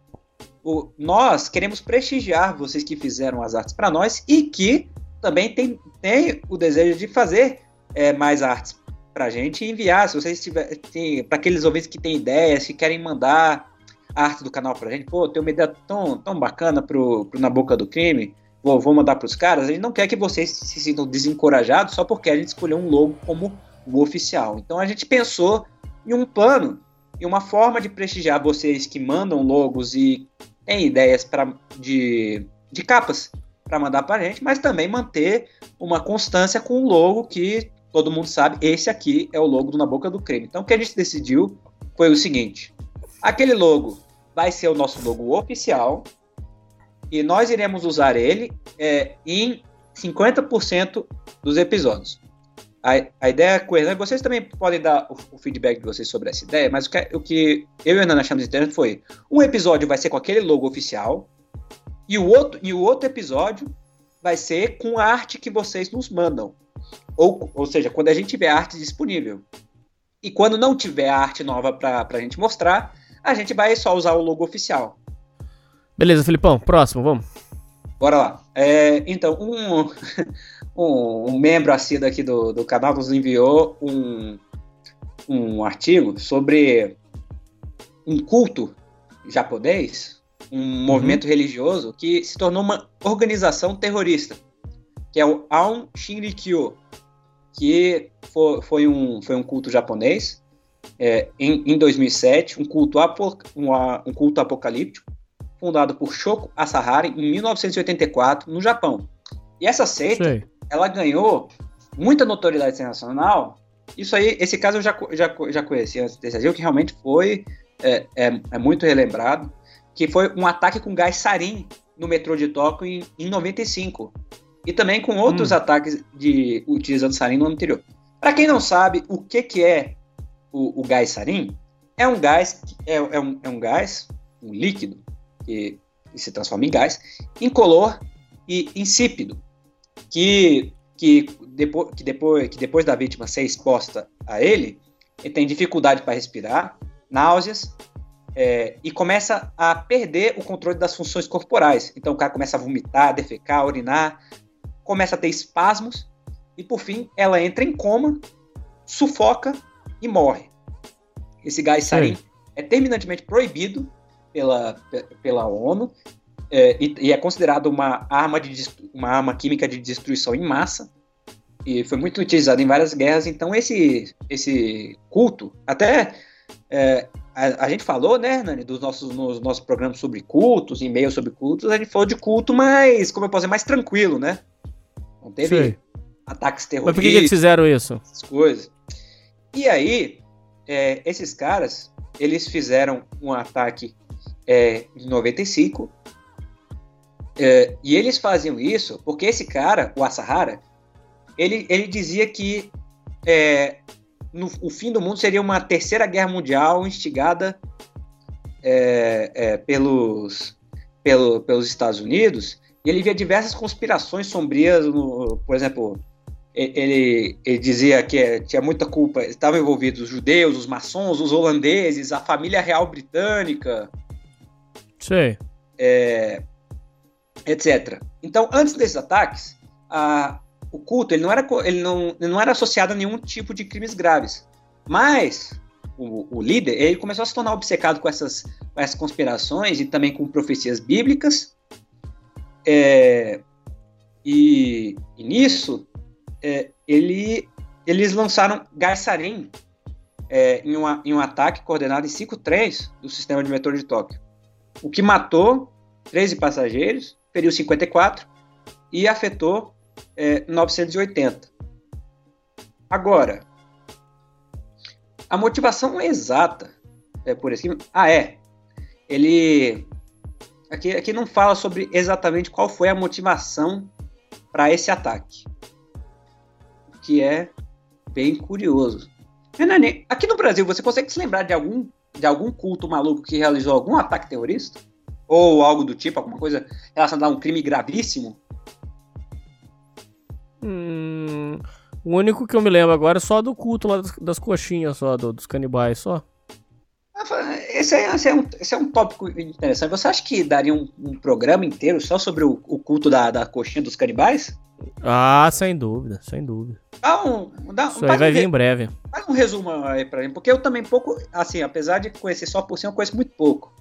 Speaker 4: nós queremos prestigiar vocês que fizeram as artes para nós e que também tem o desejo de fazer mais artes pra gente enviar, se vocês tiverem, para aqueles ouvintes que têm ideias, se querem mandar a arte do canal pra gente, tem uma ideia tão bacana pro Na Boca do Crime, vou mandar pros caras, a gente não quer que vocês se sintam desencorajados só porque a gente escolheu um logo como o oficial. Então a gente pensou em um plano, em uma forma de prestigiar vocês que mandam logos e têm ideias de capas para mandar pra gente, mas também manter uma constância com o logo que todo mundo sabe, esse aqui é o logo do Na Boca do Crime. Então o que a gente decidiu foi o seguinte, aquele logo vai ser o nosso logo oficial e nós iremos usar ele em 50% dos episódios. A ideia com ele, vocês também podem dar o feedback de vocês sobre essa ideia, mas o que eu e o Hernani achamos interessante foi, um episódio vai ser com aquele logo oficial e o outro episódio vai ser com a arte que vocês nos mandam. Ou seja, quando a gente tiver arte disponível. E quando não tiver arte nova pra gente mostrar, a gente vai só usar o logo oficial.
Speaker 3: Beleza, Felipão, próximo, vamos.
Speaker 4: Bora lá. Então, um membro assíduo aqui do canal nos enviou um artigo sobre um culto japonês, um movimento religioso que se tornou uma organização terrorista, que é o Aum Shinrikyo, que foi um culto japonês em 2007, um culto apocalíptico, fundado por Shoko Asahara em 1984, no Japão. E essa seita, ela ganhou muita notoriedade internacional. Esse caso eu já conheci antes desse artigo, que realmente foi muito relembrado, que foi um ataque com gás sarin no metrô de Tóquio em 95. E também com outros ataques utilizando sarin no ano anterior. Para quem não sabe o que é o gás sarin, é um gás, um líquido que se transforma em gás, incolor e insípido, que depois da vítima ser exposta a ele tem dificuldade para respirar, náuseas, e começa a perder o controle das funções corporais. Então o cara começa a vomitar, defecar, urinar, começa a ter espasmos e, por fim, ela entra em coma, sufoca e morre. Esse gás sarin é terminantemente proibido pela ONU e é considerado uma arma química de destruição em massa. e foi muito utilizado em várias guerras. Então esse culto, até a gente falou, né, Nani, nos nossos programas sobre cultos, e-mails sobre cultos, a gente falou de culto mais, como eu posso dizer, mais tranquilo, né? Não teve ataques terroristas.
Speaker 3: Mas por que eles fizeram isso?
Speaker 4: Essas coisas. E aí, esses caras, eles fizeram um ataque em 95, e eles faziam isso porque esse cara, o Asahara, ele dizia que o fim do mundo seria uma terceira guerra mundial instigada pelos Estados Unidos, e ele via diversas conspirações sombrias, por exemplo, ele dizia que tinha muita culpa, estavam envolvidos os judeus, os maçons, os holandeses, a família real britânica,
Speaker 3: Sei.
Speaker 4: etc. Então, antes desses ataques, o culto ele não era associado a nenhum tipo de crimes graves. Mas o líder ele começou a se tornar obcecado com essas conspirações e também com profecias bíblicas. E nisso, eles lançaram Garsarim em um ataque coordenado em 5 trens do sistema de metrô de Tóquio, o que matou 13 passageiros, feriu 54 e afetou 980. Agora, a motivação exata por esse... ele... Aqui não fala sobre exatamente qual foi a motivação para esse ataque, o que é bem curioso. Renani, aqui no Brasil, você consegue se lembrar de algum culto maluco que realizou algum ataque terrorista? Ou algo do tipo, alguma coisa relacionada a um crime gravíssimo?
Speaker 3: O único que eu me lembro agora é só do culto lá das coxinhas, só dos canibais, só.
Speaker 4: Esse é um tópico interessante. Você acha que daria um programa inteiro só sobre o culto da coxinha dos canibais?
Speaker 3: Ah, sem dúvida, sem dúvida. Isso aí vai vir em breve.
Speaker 4: Faz um resumo aí pra mim, porque eu também pouco, assim, apesar de conhecer só por cima, eu conheço muito pouco.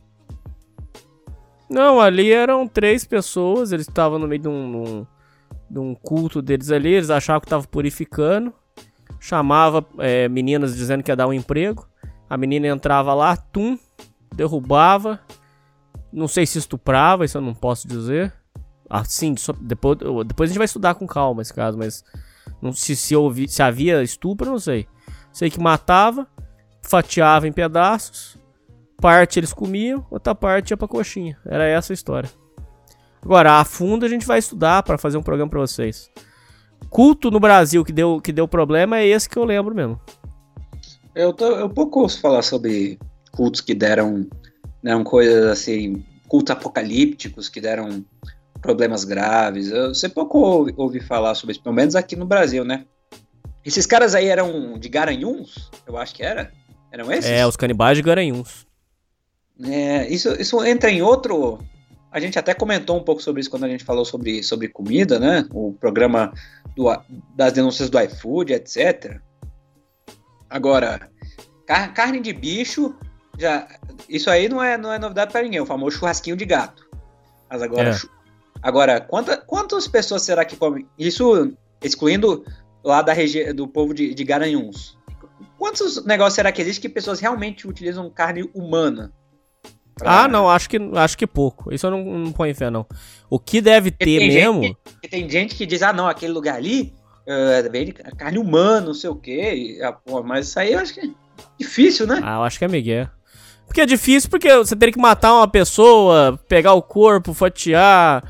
Speaker 3: Não, ali eram 3 pessoas, eles estavam no meio de um culto deles ali, eles achavam que estavam purificando, chamava meninas dizendo que ia dar um emprego, a menina entrava lá, derrubava, não sei se estuprava, isso eu não posso dizer, assim, depois a gente vai estudar com calma esse caso, mas não, se havia estupro, não sei. Sei que matava, fatiava em pedaços, parte eles comiam, outra parte ia pra coxinha. Era essa a história. Agora, a fundo a gente vai estudar pra fazer um programa pra vocês. Culto no Brasil que deu problema é esse que eu lembro mesmo.
Speaker 4: Eu pouco ouço falar sobre cultos que deram coisas assim, cultos apocalípticos que deram problemas graves. Você pouco ouvi falar sobre isso, pelo menos aqui no Brasil, né? Esses caras aí eram de Garanhuns? Eu acho que eram esses?
Speaker 3: Os canibais de Garanhuns.
Speaker 4: Isso entra em outro... A gente até comentou um pouco sobre isso quando a gente falou sobre comida, né? O programa das denúncias do iFood, etc. Agora, carne de bicho, isso aí não é novidade para ninguém, o famoso churrasquinho de gato. Mas agora quantas pessoas será que comem? Isso excluindo lá da região do povo de Garanhuns. Quantos negócios será que existe que pessoas realmente utilizam carne humana?
Speaker 3: Não, acho que pouco. Isso eu não ponho em fé, não. O que deve ter mesmo...
Speaker 4: Tem gente que diz, não, aquele lugar ali vende carne humana, não sei o quê. Mas isso aí eu acho que é difícil, né?
Speaker 3: Eu acho que é migué. Porque é difícil porque você teria que matar uma pessoa, pegar o corpo, fatiar,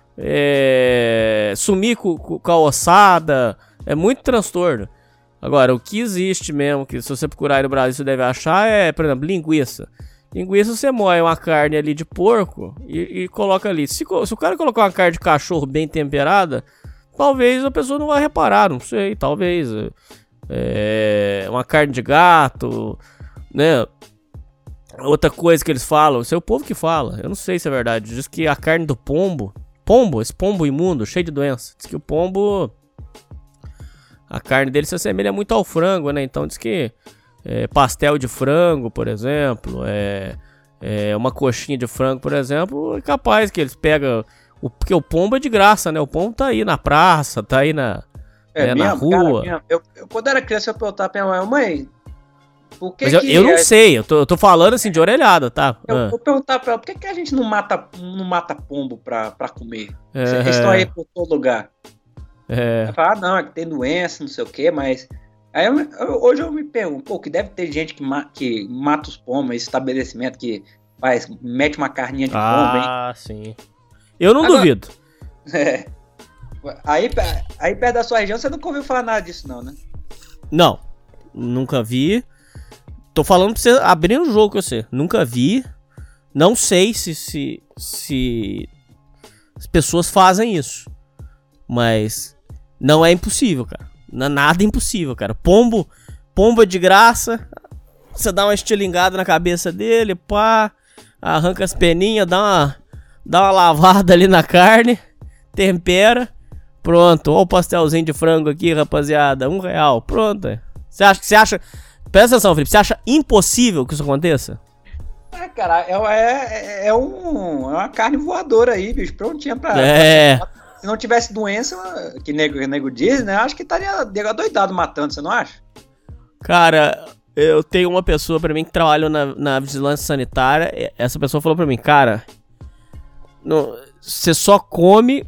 Speaker 3: sumir com a ossada. É muito transtorno. Agora, o que existe mesmo, que se você procurar aí no Brasil você deve achar, por exemplo, linguiça. Linguiça você moe uma carne ali de porco e coloca ali. Se o cara colocar uma carne de cachorro bem temperada, talvez a pessoa não vai reparar, não sei, talvez. Uma carne de gato, né? Outra coisa que eles falam, isso é o povo que fala, eu não sei se é verdade, diz que a carne do pombo, esse pombo imundo, cheio de doença, diz que o pombo, a carne dele se assemelha muito ao frango, né? Então diz que pastel de frango, por exemplo, uma coxinha de frango, por exemplo, é capaz que eles pegam, porque o pombo é de graça, né? O pombo tá aí na praça, tá aí né, na rua.
Speaker 4: Eu, quando era criança, eu perguntava pra minha mãe, por que
Speaker 3: Mas eu não sei, eu tô falando assim de orelhada, tá?
Speaker 4: Eu perguntava pra ela, por que a gente não mata pombo pra comer? Eles estão aí por todo lugar. Ela fala, não, é que tem doença, não sei o que, mas... Aí hoje eu me pergunto, pô, que deve ter gente que mata os pombos, esse estabelecimento que mete uma carninha de pombo, hein?
Speaker 3: Ah, sim. Eu não duvido.
Speaker 4: É. Aí perto da sua região, você nunca ouviu falar nada disso não, né?
Speaker 3: Não, nunca vi. Tô falando pra você abrir um jogo com você. Nunca vi. Não sei se as pessoas fazem isso. Mas não é impossível, cara. Não é nada impossível, cara. Pombo é de graça. Você dá uma estilingada na cabeça dele, pá. Arranca as peninhas, dá uma lavada ali na carne. Tempera. Pronto. Olha o pastelzinho de frango aqui, rapaziada. R$1. Pronto. Você acha... Presta atenção, Felipe. Você acha impossível que isso aconteça?
Speaker 4: Cara, é uma carne voadora aí, bicho. Prontinha pra... Se não tivesse doença, que nego diz, né? Acho que estaria adoidado matando, você não acha?
Speaker 3: Cara, eu tenho uma pessoa pra mim que trabalha na vigilância sanitária. Essa pessoa falou pra mim, cara, você só come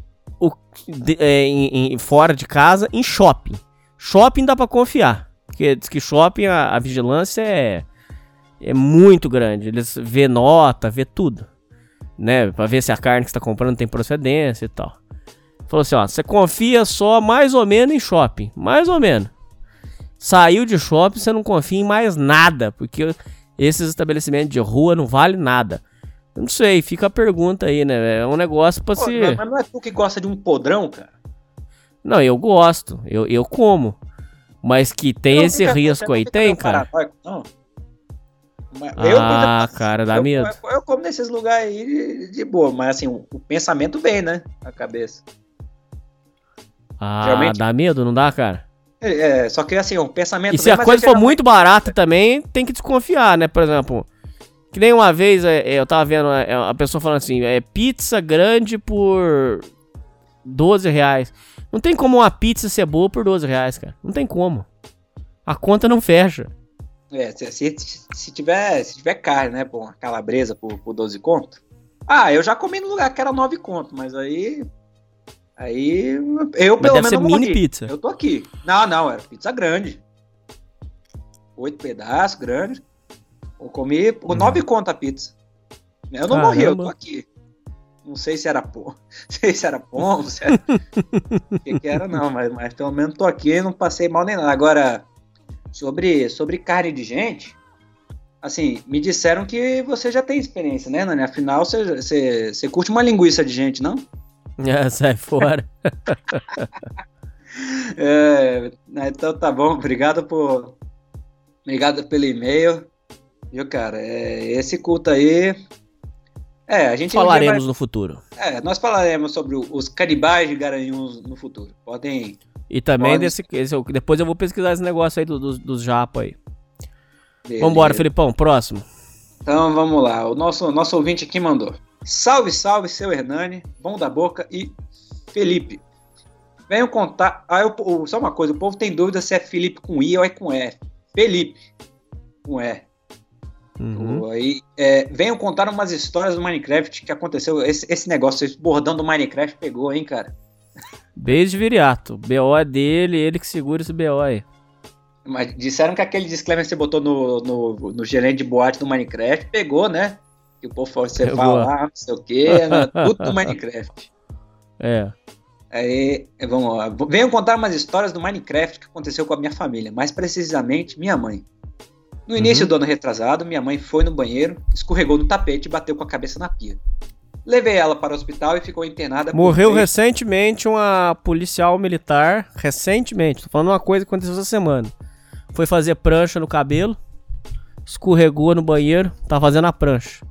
Speaker 3: fora de casa em shopping. Shopping dá pra confiar. Porque diz que shopping, a vigilância é muito grande. Eles vê nota, vê tudo, né? Pra ver se a carne que você tá comprando tem procedência e tal. Falou assim, ó, você confia só mais ou menos em shopping. Mais ou menos. Saiu de shopping, você não confia em mais nada. Porque esses estabelecimentos de rua não valem nada. Eu não sei, fica a pergunta aí, né? É um negócio pra se...
Speaker 4: Mas não é tu que gosta de um podrão, cara?
Speaker 3: Não, eu gosto. Eu como. Mas que tem esse risco aí, tem, cara?
Speaker 4: Não.
Speaker 3: Cara, dá medo.
Speaker 4: Eu como nesses lugares aí de boa, mas assim, o pensamento vem, né? Na cabeça.
Speaker 3: Geralmente... dá medo, não dá, cara?
Speaker 4: Só que assim, o pensamento...
Speaker 3: E se a coisa for muito barata também, tem que desconfiar, né? Por exemplo, que nem uma vez eu tava vendo a pessoa falando assim, pizza grande por R$12. Não tem como uma pizza ser boa por R$12, cara. Não tem como. A conta não fecha.
Speaker 4: Se tiver carne, né? Pô, uma calabresa por 12 conto. Eu já comi no lugar que era 9 conto, mas aí eu pelo menos não
Speaker 3: mini
Speaker 4: morri.
Speaker 3: Pizza.
Speaker 4: Eu tô aqui. Não, era pizza grande. 8 pedaços, grande. Eu comi por 9 conto a pizza. Eu não morri, eu tô aqui. Não sei se era pombo, se era... o que era não, mas pelo menos tô aqui e não passei mal nem nada. Agora, sobre carne de gente, assim, me disseram que você já tem experiência, né, Nani? Afinal, você curte uma linguiça de gente, não?
Speaker 3: Sai fora.
Speaker 4: Então tá bom, obrigado pelo e-mail, viu, cara? Esse culto aí, a gente...
Speaker 3: Falaremos no futuro.
Speaker 4: Nós falaremos sobre os canibais de Garanhuns no futuro. Podem...
Speaker 3: E também depois eu vou pesquisar esse negócio aí dos japa aí. Beleza. Vambora, Felipão, próximo.
Speaker 4: Então vamos lá, o nosso ouvinte aqui mandou: salve, salve, seu Hernani, Bom da Boca e Felipe. Venham contar... só uma coisa, o povo tem dúvida se é Felipe com I ou é com E. Felipe com E. Venham contar umas histórias do Minecraft que aconteceu. Esse negócio, esse bordão do Minecraft pegou, hein, cara?
Speaker 3: Beijo de Viriato. BO é dele, ele que segura esse BO aí.
Speaker 4: Mas disseram que aquele disclaimer que você botou no gerente de boate do Minecraft pegou, né? Que o povo você falar, não sei o que, tudo do Minecraft. Aí, vamos lá. Venham contar umas histórias do Minecraft que aconteceu com a minha família, mais precisamente minha mãe. No início do ano retrasado, minha mãe foi no banheiro, escorregou no tapete e bateu com a cabeça na pia. Levei ela para o hospital e ficou internada.
Speaker 3: Morreu recentemente uma policial militar. Recentemente, tô falando uma coisa que aconteceu essa semana. Foi fazer prancha no cabelo, escorregou no banheiro, tá fazendo a prancha.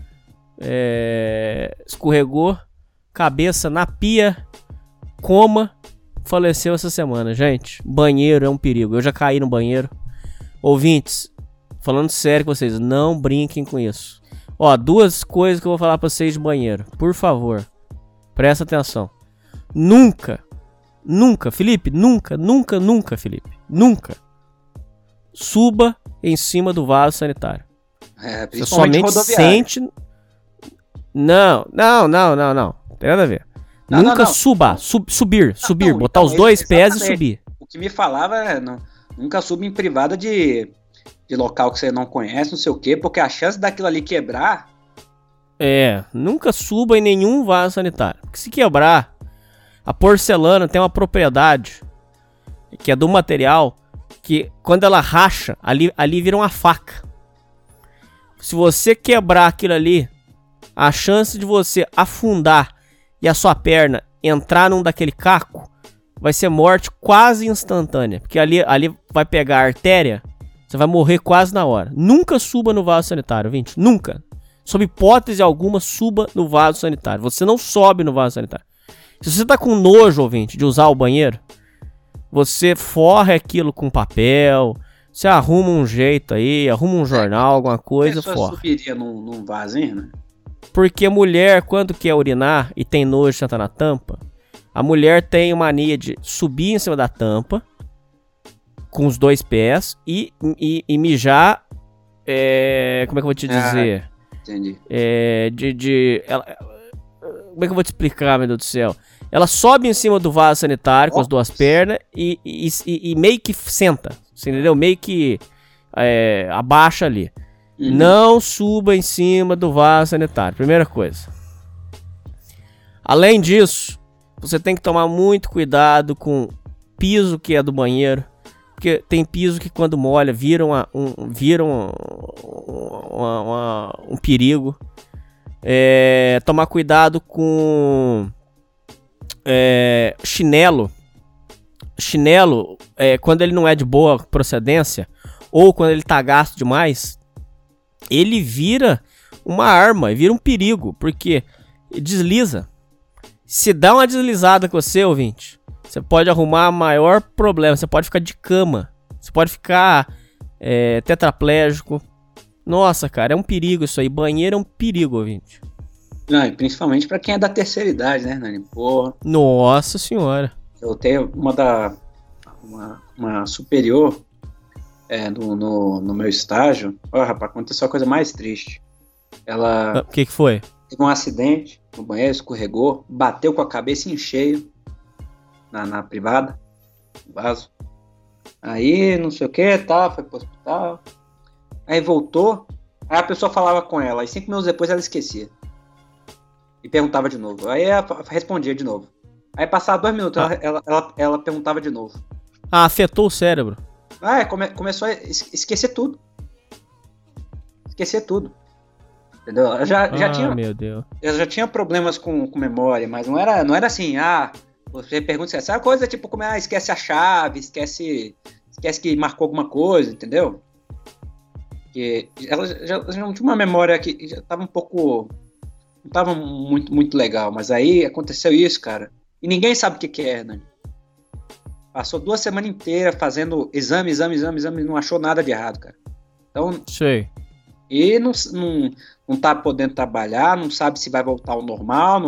Speaker 3: Escorregou, cabeça na pia, coma, faleceu essa semana. Gente, banheiro é um perigo. Eu já caí no banheiro. Ouvintes, falando sério com vocês, não brinquem com isso. Ó, 2 coisas que eu vou falar pra vocês de banheiro. Por favor, presta atenção. Nunca Nunca, Felipe, nunca, Felipe. Nunca. Suba em cima do vaso sanitário. Você somente sente... Não. Tem nada a ver. Nunca suba. Subir. Botar os dois pés e subir.
Speaker 4: O que me falava é... Nunca suba em privada de local que você não conhece, não sei o quê, porque a chance daquilo ali quebrar...
Speaker 3: Nunca suba em nenhum vaso sanitário. Porque se quebrar, a porcelana tem uma propriedade, que é do material, que quando ela racha, ali vira uma faca. Se você quebrar aquilo ali, a chance de você afundar e a sua perna entrar num daquele caco vai ser morte quase instantânea. Porque ali vai pegar a artéria, você vai morrer quase na hora. Nunca suba no vaso sanitário, ouvinte. Nunca. Sob hipótese alguma, suba no vaso sanitário. Você não sobe no vaso sanitário. Se você tá com nojo, ouvinte, de usar o banheiro, você forra aquilo com papel, você arruma um jeito aí, arruma um jornal, alguma coisa, forra.
Speaker 4: A pessoa subiria num vasinho, né?
Speaker 3: Porque mulher, quando quer urinar e tem nojo de sentar na tampa, a mulher tem mania de subir em cima da tampa com os dois pés e mijar. Como é que eu vou te dizer?
Speaker 4: Entendi.
Speaker 3: Como é que eu vou te explicar, meu Deus do céu? Ela sobe em cima do vaso sanitário com as duas pernas e meio que senta. Você entendeu? Meio que abaixa ali. Não suba em cima do vaso sanitário. Primeira coisa. Além disso, você tem que tomar muito cuidado com piso que é do banheiro. Porque tem piso que quando molha vira um perigo. Tomar cuidado com chinelo. Chinelo, quando ele não é de boa procedência, ou quando ele tá gasto demais, ele vira uma arma, vira um perigo, porque desliza. Se dá uma deslizada com você, ouvinte, você pode arrumar maior problema, você pode ficar de cama, você pode ficar tetraplégico. Nossa, cara, é um perigo isso aí, banheiro é um perigo, ouvinte.
Speaker 4: Não, e principalmente pra quem é da terceira idade, né, Nani? Porra.
Speaker 3: Nossa senhora.
Speaker 4: Eu tenho uma superior no meu estágio. Ó, rapaz, aconteceu a coisa mais triste. Ela...
Speaker 3: O que foi?
Speaker 4: Teve um acidente no banheiro, escorregou, bateu com a cabeça em cheio na privada, no vaso. Aí, não sei o que, foi pro hospital. Aí voltou, aí a pessoa falava com ela, e 5 minutos depois ela esquecia. E perguntava de novo. Aí ela respondia de novo. Aí passava 2 minutos, ela perguntava de novo.
Speaker 3: Afetou o cérebro.
Speaker 4: Começou a esquecer tudo. Esquecer tudo. Entendeu? Eu já tinha,
Speaker 3: meu Deus.
Speaker 4: Eu já tinha problemas com memória, mas não era assim, você pergunta se é coisa tipo como esquece a chave, esquece que marcou alguma coisa, entendeu? Que ela já não tinha uma memória que já tava um pouco... Não tava muito legal, mas aí aconteceu isso, cara. E ninguém sabe o que é, né? Passou 2 semanas inteiras fazendo exame, não achou nada de errado, cara. Então...
Speaker 3: Sei.
Speaker 4: E não tá podendo trabalhar, não sabe se vai voltar ao normal,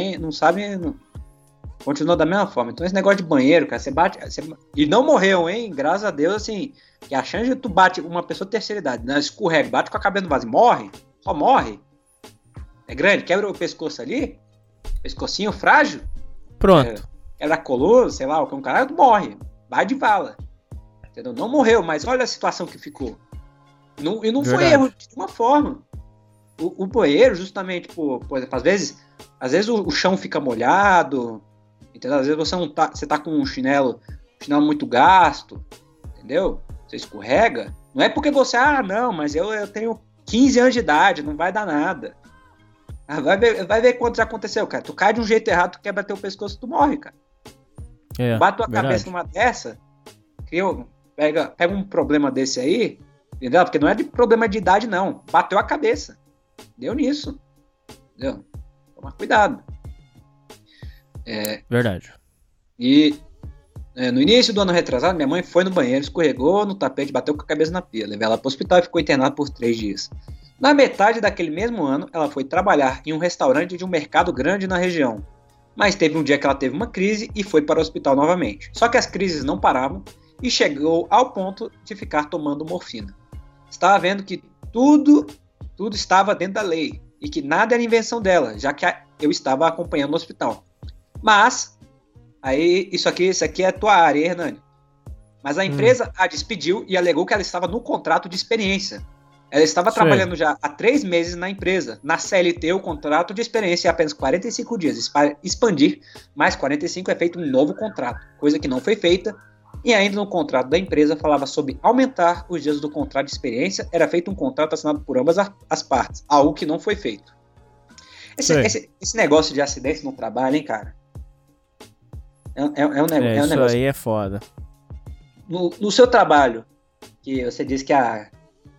Speaker 4: continua da mesma forma. Então esse negócio de banheiro, cara, você bate... E não morreu, hein? Graças a Deus, assim, que a chance de tu bate uma pessoa de terceira idade, né? Escorrega, bate com a cabeça no vaso e morre, só morre. É grande, quebra o pescoço ali, pescocinho frágil.
Speaker 3: Pronto.
Speaker 4: Quebra a coluna, sei lá, o que um cara morre, vai de vala. Entendeu? Não morreu, mas olha a situação que ficou. E não foi erro de uma forma. O banheiro, justamente, por exemplo, às vezes o chão fica molhado, entendeu? Às vezes você tá com um chinelo muito gasto, entendeu? Você escorrega. Não é porque você, não, mas eu tenho 15 anos de idade, não vai dar nada. Vai ver quanto já aconteceu, cara. Tu cai de um jeito errado, tu quebra teu pescoço, tu morre, cara. Bate tua cabeça numa dessa, pega um problema desse aí, entendeu? Porque não é de problema de idade, não. Bateu a cabeça. Deu nisso. Entendeu? Toma cuidado.
Speaker 3: Verdade.
Speaker 4: E no início do ano retrasado, minha mãe foi no banheiro, escorregou no tapete, bateu com a cabeça na pia. Levei ela pro hospital e ficou internada por 3 dias. Na metade daquele mesmo ano, ela foi trabalhar em um restaurante de um mercado grande na região. Mas teve um dia que ela teve uma crise e foi para o hospital novamente. Só que as crises não paravam e chegou ao ponto de ficar tomando morfina. Estava vendo que tudo estava dentro da lei e que nada era invenção dela, já que eu estava acompanhando no hospital. Mas, aí, isso aqui é a tua área, hein, Hernani? Mas a empresa a despediu e alegou que ela estava no contrato de experiência. Ela estava trabalhando já há 3 meses na empresa. Na CLT, o contrato de experiência é apenas 45 dias. Para expandir mais 45 é feito um novo contrato, coisa que não foi feita. E ainda no contrato da empresa falava sobre aumentar os dias do contrato de experiência. Era feito um contrato assinado por ambas as partes, algo que não foi feito. Esse negócio de acidente no trabalho, hein, cara? É um negócio.
Speaker 3: Isso aí é foda.
Speaker 4: No seu trabalho, que você disse que a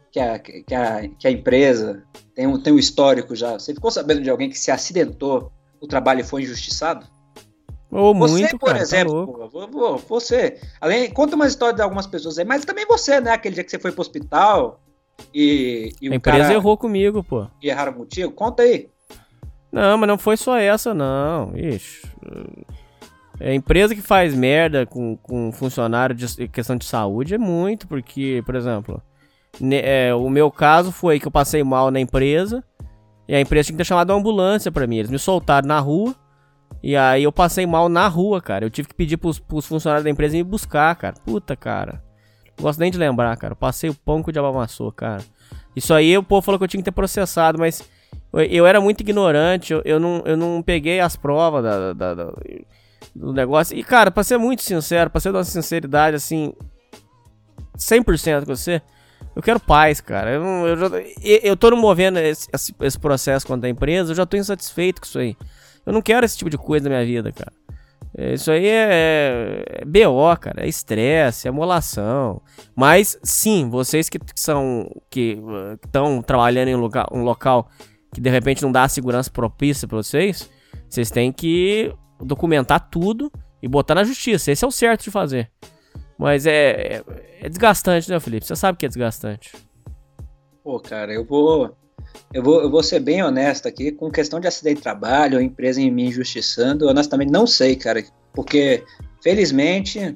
Speaker 4: empresa tem um histórico já, você ficou sabendo de alguém que se acidentou no trabalho e foi injustiçado? Você, por exemplo, você, conta uma história de algumas pessoas aí, mas também você, né? Aquele dia que você foi pro hospital e
Speaker 3: a empresa errou comigo, pô.
Speaker 4: E erraram contigo? Conta aí.
Speaker 3: Não, mas não foi só essa, não. Ixi. É empresa que faz merda com funcionário de questão de saúde é muito, porque, por exemplo, o meu caso foi que eu passei mal na empresa e a empresa tinha que ter chamado uma ambulância pra mim. Eles me soltaram na rua e aí eu passei mal na rua, cara. Eu tive que pedir pros funcionários da empresa me buscar, cara. Puta, cara. Não gosto nem de lembrar, cara. Eu passei o pão que o diabo amassou, cara. Isso aí o povo falou que eu tinha que ter processado, mas eu era muito ignorante. Eu não peguei as provas do negócio. E, cara, pra ser muito sincero, pra ser de uma sinceridade, assim, 100% com você, eu quero paz, cara. Eu tô movendo esse processo contra a empresa, eu já tô insatisfeito com isso aí. Eu não quero esse tipo de coisa na minha vida, cara. Isso aí é BO, cara. É estresse, é molação. Mas, sim, vocês que estão trabalhando em um local que de repente não dá a segurança propícia pra vocês têm que documentar tudo e botar na justiça. Esse é o certo de fazer. Mas é desgastante, né, Felipe? Você sabe que é desgastante.
Speaker 4: Pô, cara, eu vou ser bem honesto aqui. Com questão de acidente de trabalho, a empresa me injustiçando, eu honestamente não sei, cara. Porque, felizmente,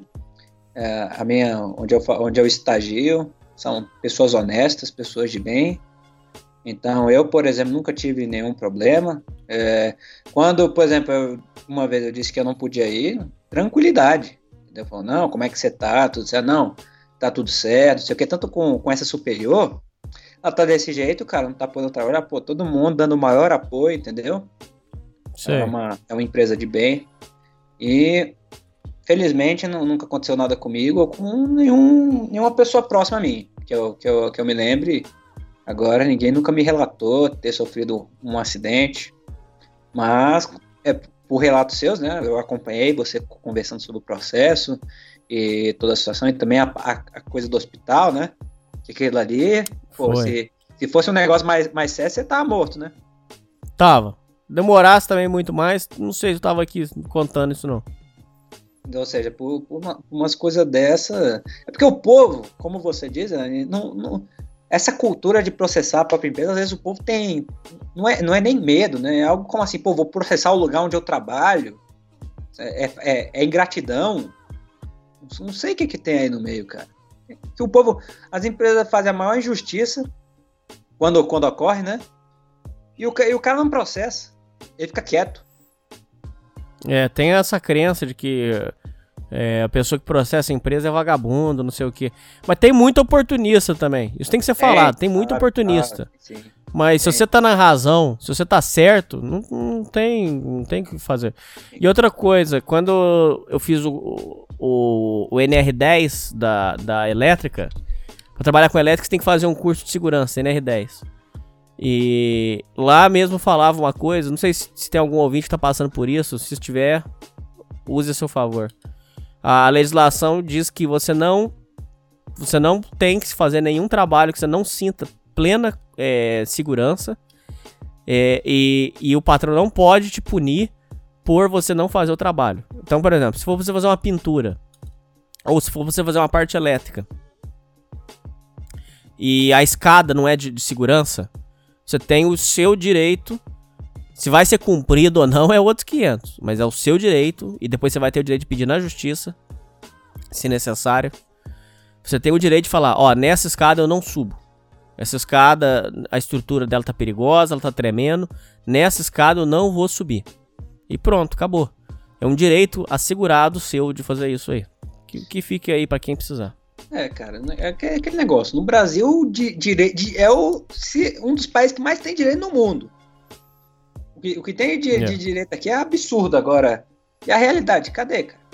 Speaker 4: onde eu estagio são pessoas honestas, pessoas de bem. Então, eu, por exemplo, nunca tive nenhum problema. Quando, por exemplo, uma vez eu disse que eu não podia ir, tranquilidade. Eu falo, não, como é que você tá? Tudo certo? Não, tá tudo certo, não sei o que. Tanto com essa superior, ela tá desse jeito, cara, não tá podendo trabalhar. Pô, todo mundo dando o maior apoio, entendeu? É uma empresa de bem. E, felizmente, nunca aconteceu nada comigo ou com nenhuma pessoa próxima a mim, que eu me lembre. Agora, ninguém nunca me relatou ter sofrido um acidente, mas por relatos seus, né, eu acompanhei você conversando sobre o processo e toda a situação, e também a coisa do hospital, né, que aquilo ali, pô, se fosse um negócio mais sério, você tava morto, né?
Speaker 3: Tava. Demorasse também muito mais, não sei se eu tava aqui contando isso não.
Speaker 4: Ou seja, por umas coisas dessa, é porque o povo, como você diz, né, essa cultura de processar a própria empresa, às vezes o povo tem, não é nem medo, né? É algo como assim, pô, vou processar o lugar onde eu trabalho, é ingratidão, não sei o que tem aí no meio, cara. Que o povo, as empresas fazem a maior injustiça quando ocorre, né? E o cara não processa, ele fica quieto.
Speaker 3: Tem essa crença de que a pessoa que processa a empresa é vagabundo, não sei o quê. Mas tem muito oportunista também. Isso tem que ser falado. Tem muito oportunista.
Speaker 4: Sim.
Speaker 3: Mas se você tá na razão, se você tá certo, não tem o que fazer. E outra coisa, quando eu fiz o NR10 da elétrica, pra trabalhar com elétrica você tem que fazer um curso de segurança, NR10. E lá mesmo falava uma coisa, não sei se tem algum ouvinte que tá passando por isso, se tiver, use a seu favor. A legislação diz que você não tem que fazer nenhum trabalho que você não sinta plena segurança e o patrão não pode te punir por você não fazer o trabalho. Então, por exemplo, se for você fazer uma pintura ou se for você fazer uma parte elétrica e a escada não é de segurança, você tem o seu direito Se vai ser cumprido ou não é outros 500, mas é o seu direito, e depois você vai ter o direito de pedir na justiça, se necessário. Você tem o direito de falar, ó, nessa escada eu não subo. Essa escada, a estrutura dela tá perigosa, ela tá tremendo. Nessa escada eu não vou subir. E pronto, acabou. É um direito assegurado seu de fazer isso aí. Que fique aí pra quem precisar.
Speaker 4: Cara, é aquele negócio. No Brasil, é um dos países que mais tem direito no mundo. O que tem de direito aqui é absurdo agora. E a realidade, cadê, cara?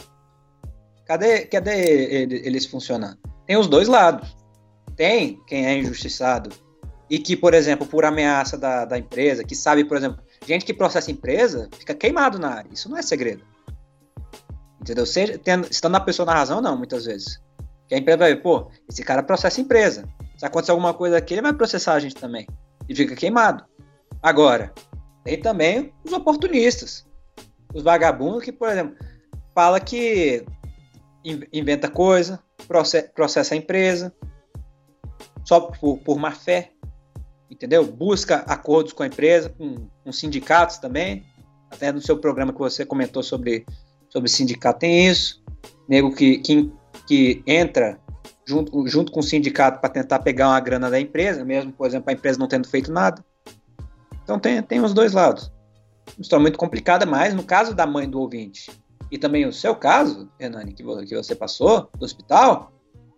Speaker 4: Cadê eles funcionando? Tem os dois lados. Tem quem é injustiçado e que, por exemplo, por ameaça da empresa, que sabe, por exemplo, gente que processa empresa fica queimado na área. Isso não é segredo. Entendeu? Estando a pessoa na razão, não, muitas vezes. Que a empresa vai ver, pô, esse cara processa empresa. Se acontecer alguma coisa aqui, ele vai processar a gente também. E fica queimado. Agora, tem também os oportunistas. Os vagabundos que, por exemplo, fala que inventa coisa, processa a empresa, só por má fé, entendeu? Busca acordos com a empresa, com sindicatos também. Até no seu programa que você comentou sobre sindicato tem isso. Nego que entra junto com o sindicato para tentar pegar uma grana da empresa, mesmo, por exemplo, a empresa não tendo feito nada. Então tem os dois lados. Uma história muito complicada, mas no caso da mãe do ouvinte, e também o seu caso, Hernani, que você passou do hospital,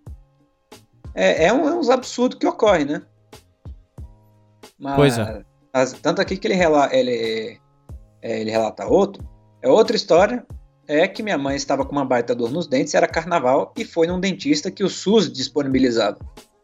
Speaker 4: é uns absurdos que ocorrem, né? Mas,
Speaker 3: pois é.
Speaker 4: Tanto aqui que ele relata outra história, é que minha mãe estava com uma baita dor nos dentes, era carnaval, e foi num dentista que o SUS disponibilizava.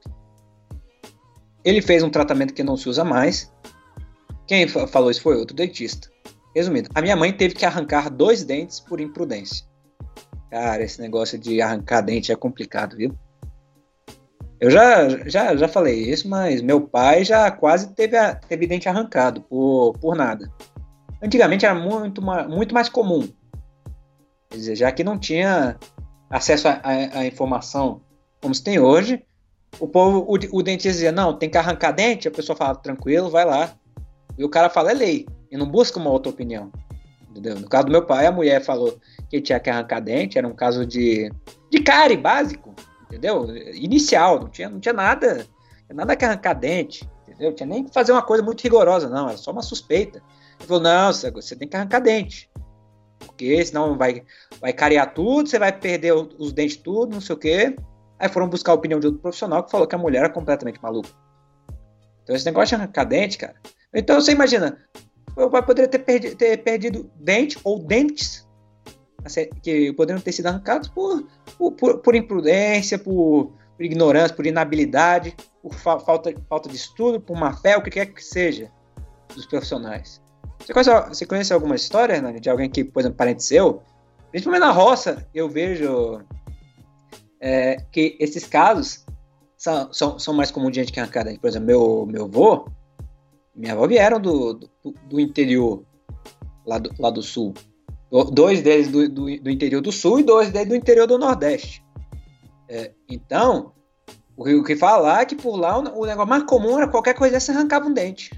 Speaker 4: Ele fez um tratamento que não se usa mais. Quem falou isso foi outro dentista. Resumindo, a minha mãe teve que arrancar 2 dentes por imprudência. Cara, esse negócio de arrancar dente é complicado, viu? Eu já falei isso, mas meu pai já quase teve dente arrancado por nada. Antigamente era muito mais comum. Quer dizer, já que não tinha acesso à informação como se tem hoje, o dentista dizia, não, tem que arrancar dente, a pessoa falava, tranquilo, vai lá. E o cara fala, é lei, e não busca uma outra opinião. Entendeu? No caso do meu pai, a mulher falou que tinha que arrancar dente, era um caso de cárie básico, entendeu? Inicial, não tinha nada que arrancar dente, entendeu? Não tinha nem que fazer uma coisa muito rigorosa, não, era só uma suspeita. Ele falou, não, você tem que arrancar dente, porque senão vai cariar tudo, você vai perder os dentes tudo, não sei o quê. Aí foram buscar a opinião de outro profissional que falou que a mulher era completamente maluca. Então esse negócio de arrancar dente, cara. Então você imagina, o pai poderia ter perdido dente ou dentes que poderiam ter sido arrancados por imprudência, por ignorância, por inabilidade, por falta de estudo, por má fé, o que quer que seja dos profissionais. Você conhece alguma história, Hernani, de alguém que, por exemplo, parente seu? Principalmente na roça, eu vejo que esses casos são mais comuns de gente que arranca dente. Por exemplo, meu avô, minha avó vieram do interior, lá do sul. 2 deles do interior do sul e 2 deles do interior do nordeste. Então, o que falar é que por lá o negócio mais comum era qualquer coisa você arrancava um dente.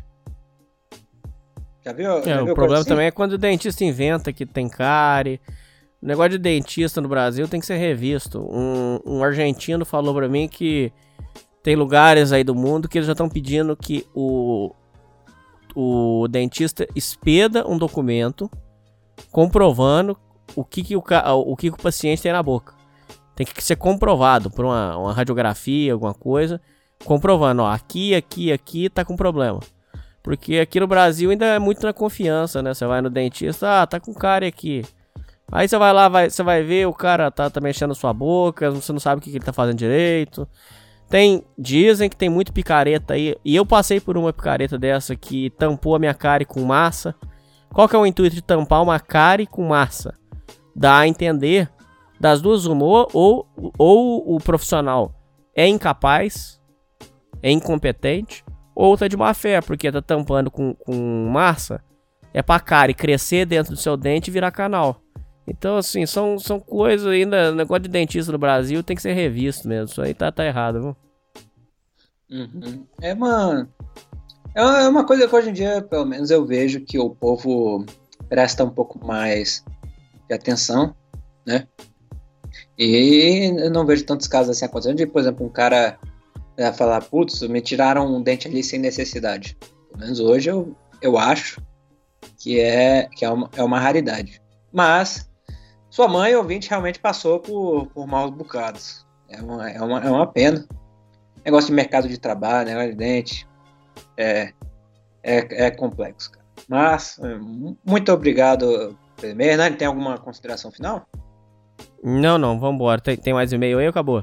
Speaker 4: Já viu?
Speaker 3: O problema também é quando o dentista inventa que tem cárie. O negócio de dentista no Brasil tem que ser revisto. Um argentino falou pra mim que tem lugares aí do mundo que eles já estão pedindo que o dentista expeda um documento comprovando o que o paciente tem na boca. Tem que ser comprovado por uma radiografia, alguma coisa, comprovando, ó, aqui tá com problema. Porque aqui no Brasil ainda é muito na confiança, né? Você vai no dentista, tá com cárie aqui. Aí você vai lá, você vai ver, o cara tá mexendo a sua boca, você não sabe o que ele tá fazendo direito. Dizem que tem muito picareta aí, e eu passei por uma picareta dessa que tampou a minha cárie com massa. Qual que é o intuito de tampar uma cárie com massa? Dá a entender, das duas uma, ou o profissional é incapaz, é incompetente, ou tá de má fé, porque tá tampando com massa, é pra cárie crescer dentro do seu dente e virar canal. Então, assim, são coisas ainda, negócio de dentista no Brasil tem que ser revisto mesmo, isso aí tá errado, viu?
Speaker 4: Uhum. É uma coisa que hoje em dia, pelo menos, eu vejo que o povo presta um pouco mais de atenção, né? E eu não vejo tantos casos assim acontecendo, de, por exemplo, um cara falar, putz, me tiraram um dente ali sem necessidade. Pelo menos hoje eu acho que é uma raridade. Mas sua mãe, ouvinte, realmente passou por maus bocados. É uma pena. Negócio de mercado de trabalho, negócio de dente, é complexo, cara. Mas, muito obrigado, primeiro. Hernani, tem alguma consideração final?
Speaker 3: Não, vambora. Tem mais e-mail aí ou acabou?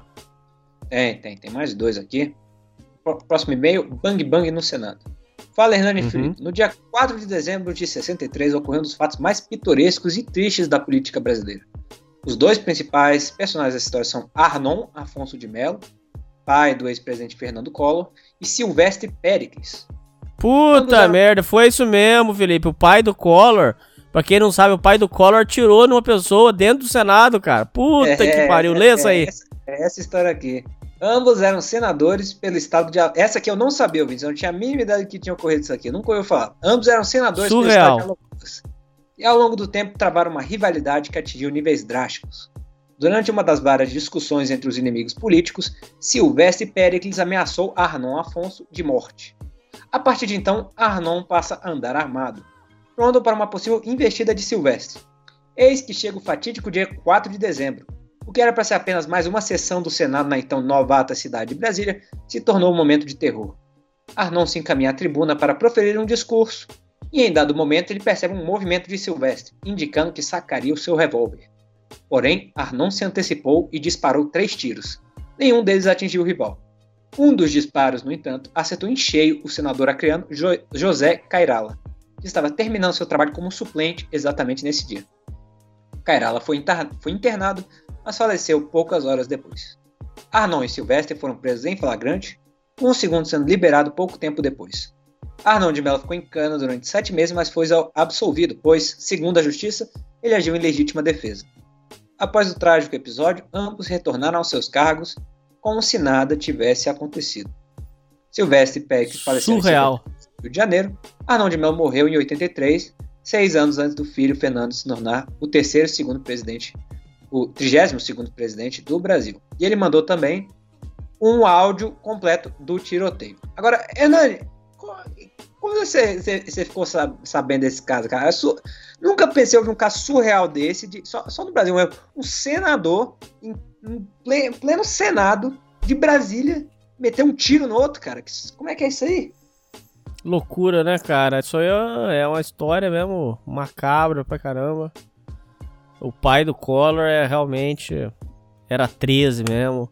Speaker 4: Tem mais 2 aqui. Próximo e-mail, Bang Bang no Senado. Fala, Hernani Felipe. No dia 4 de dezembro de 63 ocorreu um dos fatos mais pitorescos e tristes da política brasileira. Os 2 principais personagens da história são Arnon Afonso de Mello, pai do ex-presidente Fernando Collor, e Silvestre Péricles.
Speaker 3: Puta merda, foi isso mesmo, Felipe. O pai do Collor, pra quem não sabe, o pai do Collor atirou numa pessoa dentro do Senado, cara. Puta que pariu, lê essa aí.
Speaker 4: Essa história aqui. Ambos eram senadores pelo estado de Alagoas. Essa aqui eu não sabia, ouvintes. Eu não tinha a mínima ideia que tinha ocorrido isso aqui. Eu nunca ouvi falar. Ambos eram senadores pelo estado de Alagoas. E ao longo do tempo travaram uma rivalidade que atingiu níveis drásticos. Durante uma das várias discussões entre os inimigos políticos, Silvestre Péricles ameaçou Arnon Afonso de morte. A partir de então, Arnon passa a andar armado, pronto para uma possível investida de Silvestre. Eis que chega o fatídico dia 4 de dezembro. O que era para ser apenas mais uma sessão do Senado na então novata cidade de Brasília, se tornou um momento de terror. Arnon se encaminha à tribuna para proferir um discurso, e em dado momento ele percebe um movimento de Silvestre, indicando que sacaria o seu revólver. Porém, Arnon se antecipou e disparou 3 tiros. Nenhum deles atingiu o rival. Um dos disparos, no entanto, acertou em cheio o senador acreano José Cairala, que estava terminando seu trabalho como suplente exatamente nesse dia. Cairala foi internado, mas faleceu poucas horas depois. Arnon e Silvestre foram presos em flagrante, com o segundo sendo liberado pouco tempo depois. Arnon de Mello ficou em cana durante 7 meses, mas foi absolvido, pois, segundo a justiça, ele agiu em legítima defesa. Após o trágico episódio, ambos retornaram aos seus cargos, como se nada tivesse acontecido. Silvestre Péricles faleceu
Speaker 3: Surreal.
Speaker 4: Em Rio de Janeiro. Arnon de Mello morreu em 83, 6 anos antes do filho Fernando se tornar o 32º presidente do Brasil. E ele mandou também um áudio completo do tiroteio. Agora, Hernani, como você ficou sabendo desse caso, cara? Nunca pensei em ouvir um caso surreal desse, só no Brasil mesmo. Um senador em pleno Senado de Brasília meter um tiro no outro, cara. Como é que é isso aí?
Speaker 3: Loucura, né, cara? Isso aí é uma história mesmo macabra pra caramba. O pai do Collor realmente era 13 mesmo.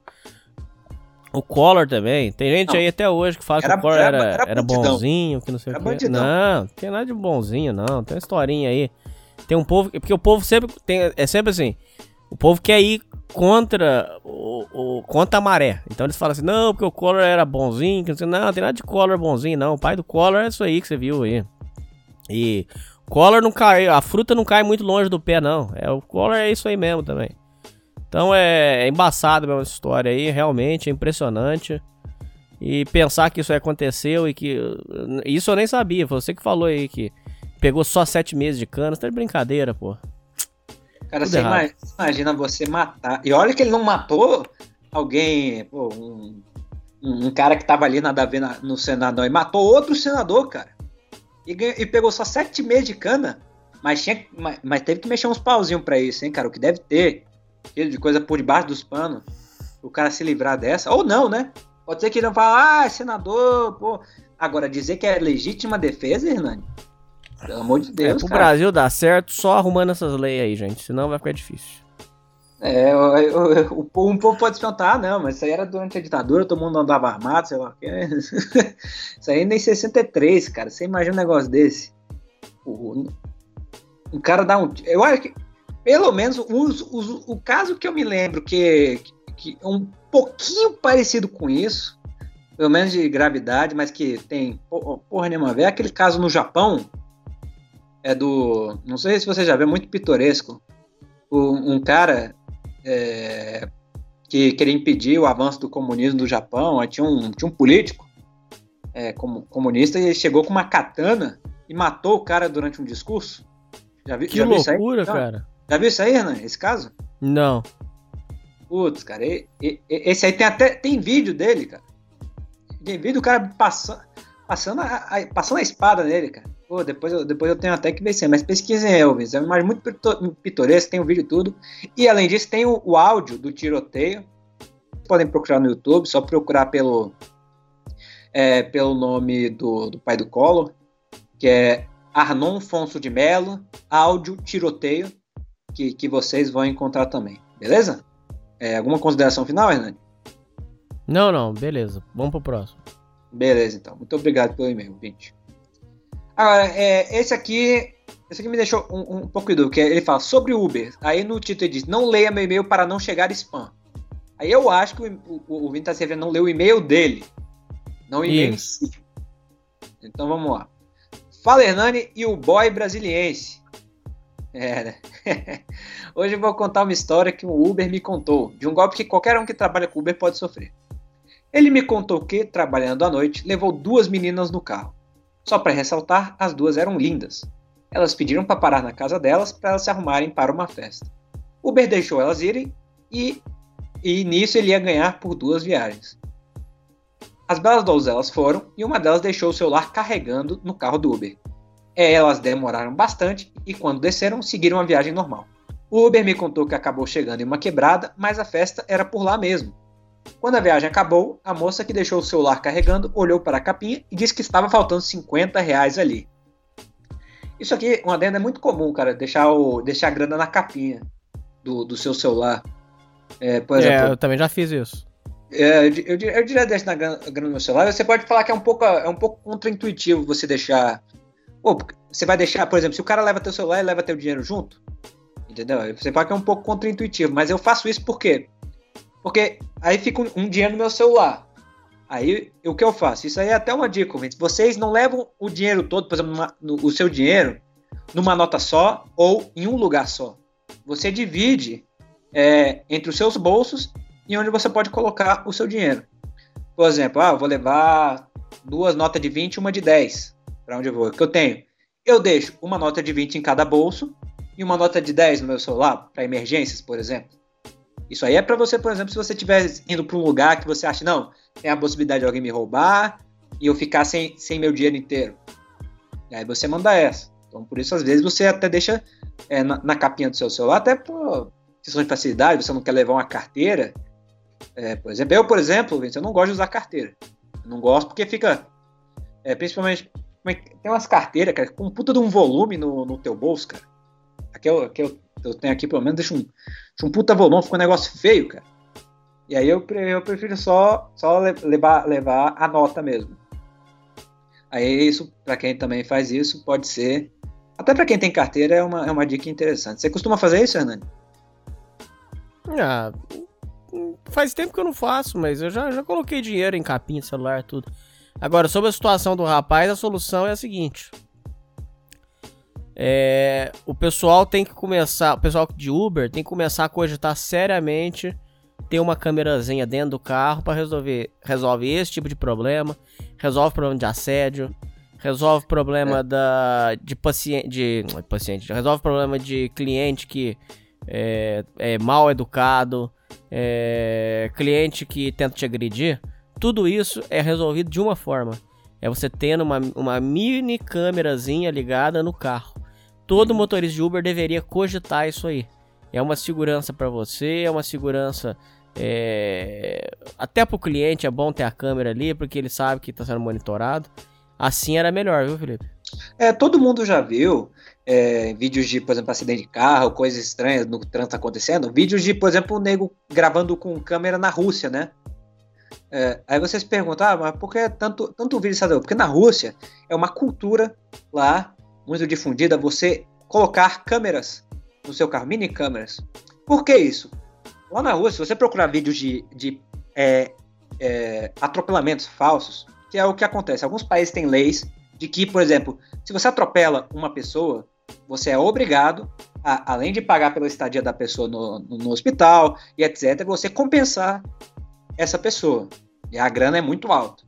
Speaker 3: O Collor também. Tem gente aí até hoje que fala que o Collor era bonzinho, que não sei o que. Não tem nada de bonzinho, não. Tem uma historinha aí. Tem um povo... Porque o povo sempre tem... É sempre assim. O povo quer ir contra contra a maré. Então eles falam assim, não, porque o Collor era bonzinho, que não sei, não, tem nada de Collor bonzinho, não. O pai do Collor é isso aí que você viu aí. E Collor não cai, a fruta não cai muito longe do pé, não. O Collor é isso aí mesmo também. Então é embaçado mesmo essa história aí, realmente é impressionante. E pensar que isso aí aconteceu e que... Isso eu nem sabia, foi você que falou aí que pegou só 7 meses de cana, você tá de brincadeira, pô.
Speaker 4: Cara, você imagina você matar... E olha que ele não matou alguém, pô, um cara que tava ali nada a ver no Senado, não. Ele matou outro senador, cara. E pegou só 7 meses de cana, mas teve que mexer uns pauzinhos pra isso, hein, cara? O que deve ter de coisa por debaixo dos panos, o cara se livrar dessa, ou não, né? Pode ser que ele não fale, senador, pô. Agora, dizer que é legítima defesa, Hernani? Pelo amor de Deus,
Speaker 3: pro
Speaker 4: cara.
Speaker 3: Brasil dar certo só arrumando essas leis aí, gente, senão vai ficar difícil.
Speaker 4: O povo pode se perguntar, não, mas isso aí era durante a ditadura, todo mundo andava armado, sei lá o que. Isso aí nem 63, cara, você imagina um negócio desse. Um cara dá um... Eu acho que, pelo menos, o caso que eu me lembro que é um pouquinho parecido com isso, pelo menos de gravidade, mas que tem porra nenhuma a ver, é aquele caso no Japão, não sei se você já viu, é muito pitoresco, um cara que queria impedir o avanço do comunismo do Japão, tinha um político comunista, e ele chegou com uma katana e matou o cara durante um discurso.
Speaker 3: Que
Speaker 4: já viu isso aí?
Speaker 3: loucura,
Speaker 4: Não.
Speaker 3: cara.
Speaker 4: Já viu isso aí, Renan? Esse caso?
Speaker 3: Não.
Speaker 4: Putz, cara, esse aí tem vídeo dele, cara. Tem vídeo do cara passando a espada nele, cara. Pô, depois eu tenho até que ver isso aí, mas pesquisem Elvis. É uma imagem muito pitoresca, tem o vídeo e tudo. E além disso, tem o áudio do tiroteio. Podem procurar no YouTube, só procurar pelo nome do pai do Collor, que é Arnon Fonso de Mello, áudio tiroteio, que vocês vão encontrar também. Beleza? Alguma consideração final, Hernani?
Speaker 3: Não, beleza. Vamos pro próximo.
Speaker 4: Beleza, então. Muito obrigado pelo e-mail, ouvinte. Agora, esse aqui me deixou um pouco de dúvida, que ele fala sobre Uber. Aí no título ele diz, não leia meu e-mail para não chegar spam. Aí eu acho que o ouvinte está se referindo a não ler o e-mail dele, não o e-mail em si. Então vamos lá. Fala, Hernani e o boy brasiliense. Né? Hoje eu vou contar uma história que o Uber me contou, de um golpe que qualquer um que trabalha com Uber pode sofrer. Ele me contou que, trabalhando à noite, levou 2 meninas no carro. Só para ressaltar, as 2 eram lindas. Elas pediram para parar na casa delas para elas se arrumarem para uma festa. Uber deixou elas irem e nisso ele ia ganhar por 2 viagens. As belas donzelas foram e uma delas deixou o celular carregando no carro do Uber. Elas demoraram bastante e quando desceram, seguiram a viagem normal. O Uber me contou que acabou chegando em uma quebrada, mas a festa era por lá mesmo. Quando a viagem acabou, a moça que deixou o celular carregando olhou para a capinha e disse que estava faltando R$50 ali. Isso aqui, uma adenda, é muito comum, cara, deixar a grana na capinha do seu celular. Por exemplo,
Speaker 3: eu também já fiz isso.
Speaker 4: Eu diria deixar na grana no meu celular. Você pode falar que é um pouco contra-intuitivo você deixar... você vai deixar, por exemplo, se o cara leva teu celular e leva teu dinheiro junto, entendeu? Você fala que é um pouco contra-intuitivo, mas eu faço isso por quê? Porque aí fica um dinheiro no meu celular. Aí, o que eu faço? Isso aí é até uma dica, gente. Vocês não levam o dinheiro todo, por exemplo, o seu dinheiro, numa nota só ou em um lugar só. Você divide entre os seus bolsos e onde você pode colocar o seu dinheiro. Por exemplo, eu vou levar 2 notas de 20 e uma de 10. Para onde eu vou? O que eu tenho? Eu deixo uma nota de 20 em cada bolso e uma nota de 10 no meu celular, para emergências, por exemplo. Isso aí é para você, por exemplo, se você estiver indo para um lugar que você acha, não, tem a possibilidade de alguém me roubar e eu ficar sem meu dinheiro inteiro. E aí você manda essa. Então, por isso, às vezes, você até deixa na capinha do seu celular, até por questão de facilidade, você não quer levar uma carteira. Por exemplo, eu não gosto de usar carteira. Eu não gosto porque fica, principalmente, tem umas carteiras, cara, com um puta de um volume no teu bolso, cara. Aqui eu tenho aqui, pelo menos, deixa um puta volume, fica um negócio feio, cara. E aí eu prefiro só levar a nota mesmo. Aí isso, pra quem também faz isso, pode ser... Até pra quem tem carteira, é uma dica interessante. Você costuma fazer isso, Hernani?
Speaker 3: Faz tempo que eu não faço, mas eu já coloquei dinheiro em capinha, celular, tudo. Agora, sobre a situação do rapaz, a solução é a seguinte... o pessoal de Uber tem que começar a cogitar seriamente ter uma câmerazinha dentro do carro para resolve esse tipo de problema, resolve problema de assédio, resolve problema resolve problema de cliente que é mal educado, cliente que tenta te agredir. Tudo isso é resolvido de uma forma, você tendo uma mini câmerazinha ligada no carro. Todo motorista de Uber deveria cogitar isso aí. É uma segurança para você, é uma segurança... até pro cliente é bom ter a câmera ali, porque ele sabe que tá sendo monitorado. Assim era melhor, viu, Felipe?
Speaker 4: Todo mundo já viu vídeos de, por exemplo, acidente de carro, coisas estranhas no trânsito acontecendo. Vídeos de, por exemplo, o nego gravando com câmera na Rússia, né? Aí vocês se perguntam, mas por que tanto vídeo sabe? Porque na Rússia é uma cultura lá muito difundida você colocar câmeras no seu carro, mini câmeras. Por que isso? Lá na Rússia, se você procurar vídeos de atropelamentos falsos, que é o que acontece. Alguns países têm leis de que, por exemplo, se você atropela uma pessoa, você é obrigado, além de pagar pela estadia da pessoa no hospital e etc., você compensar essa pessoa. E a grana é muito alta.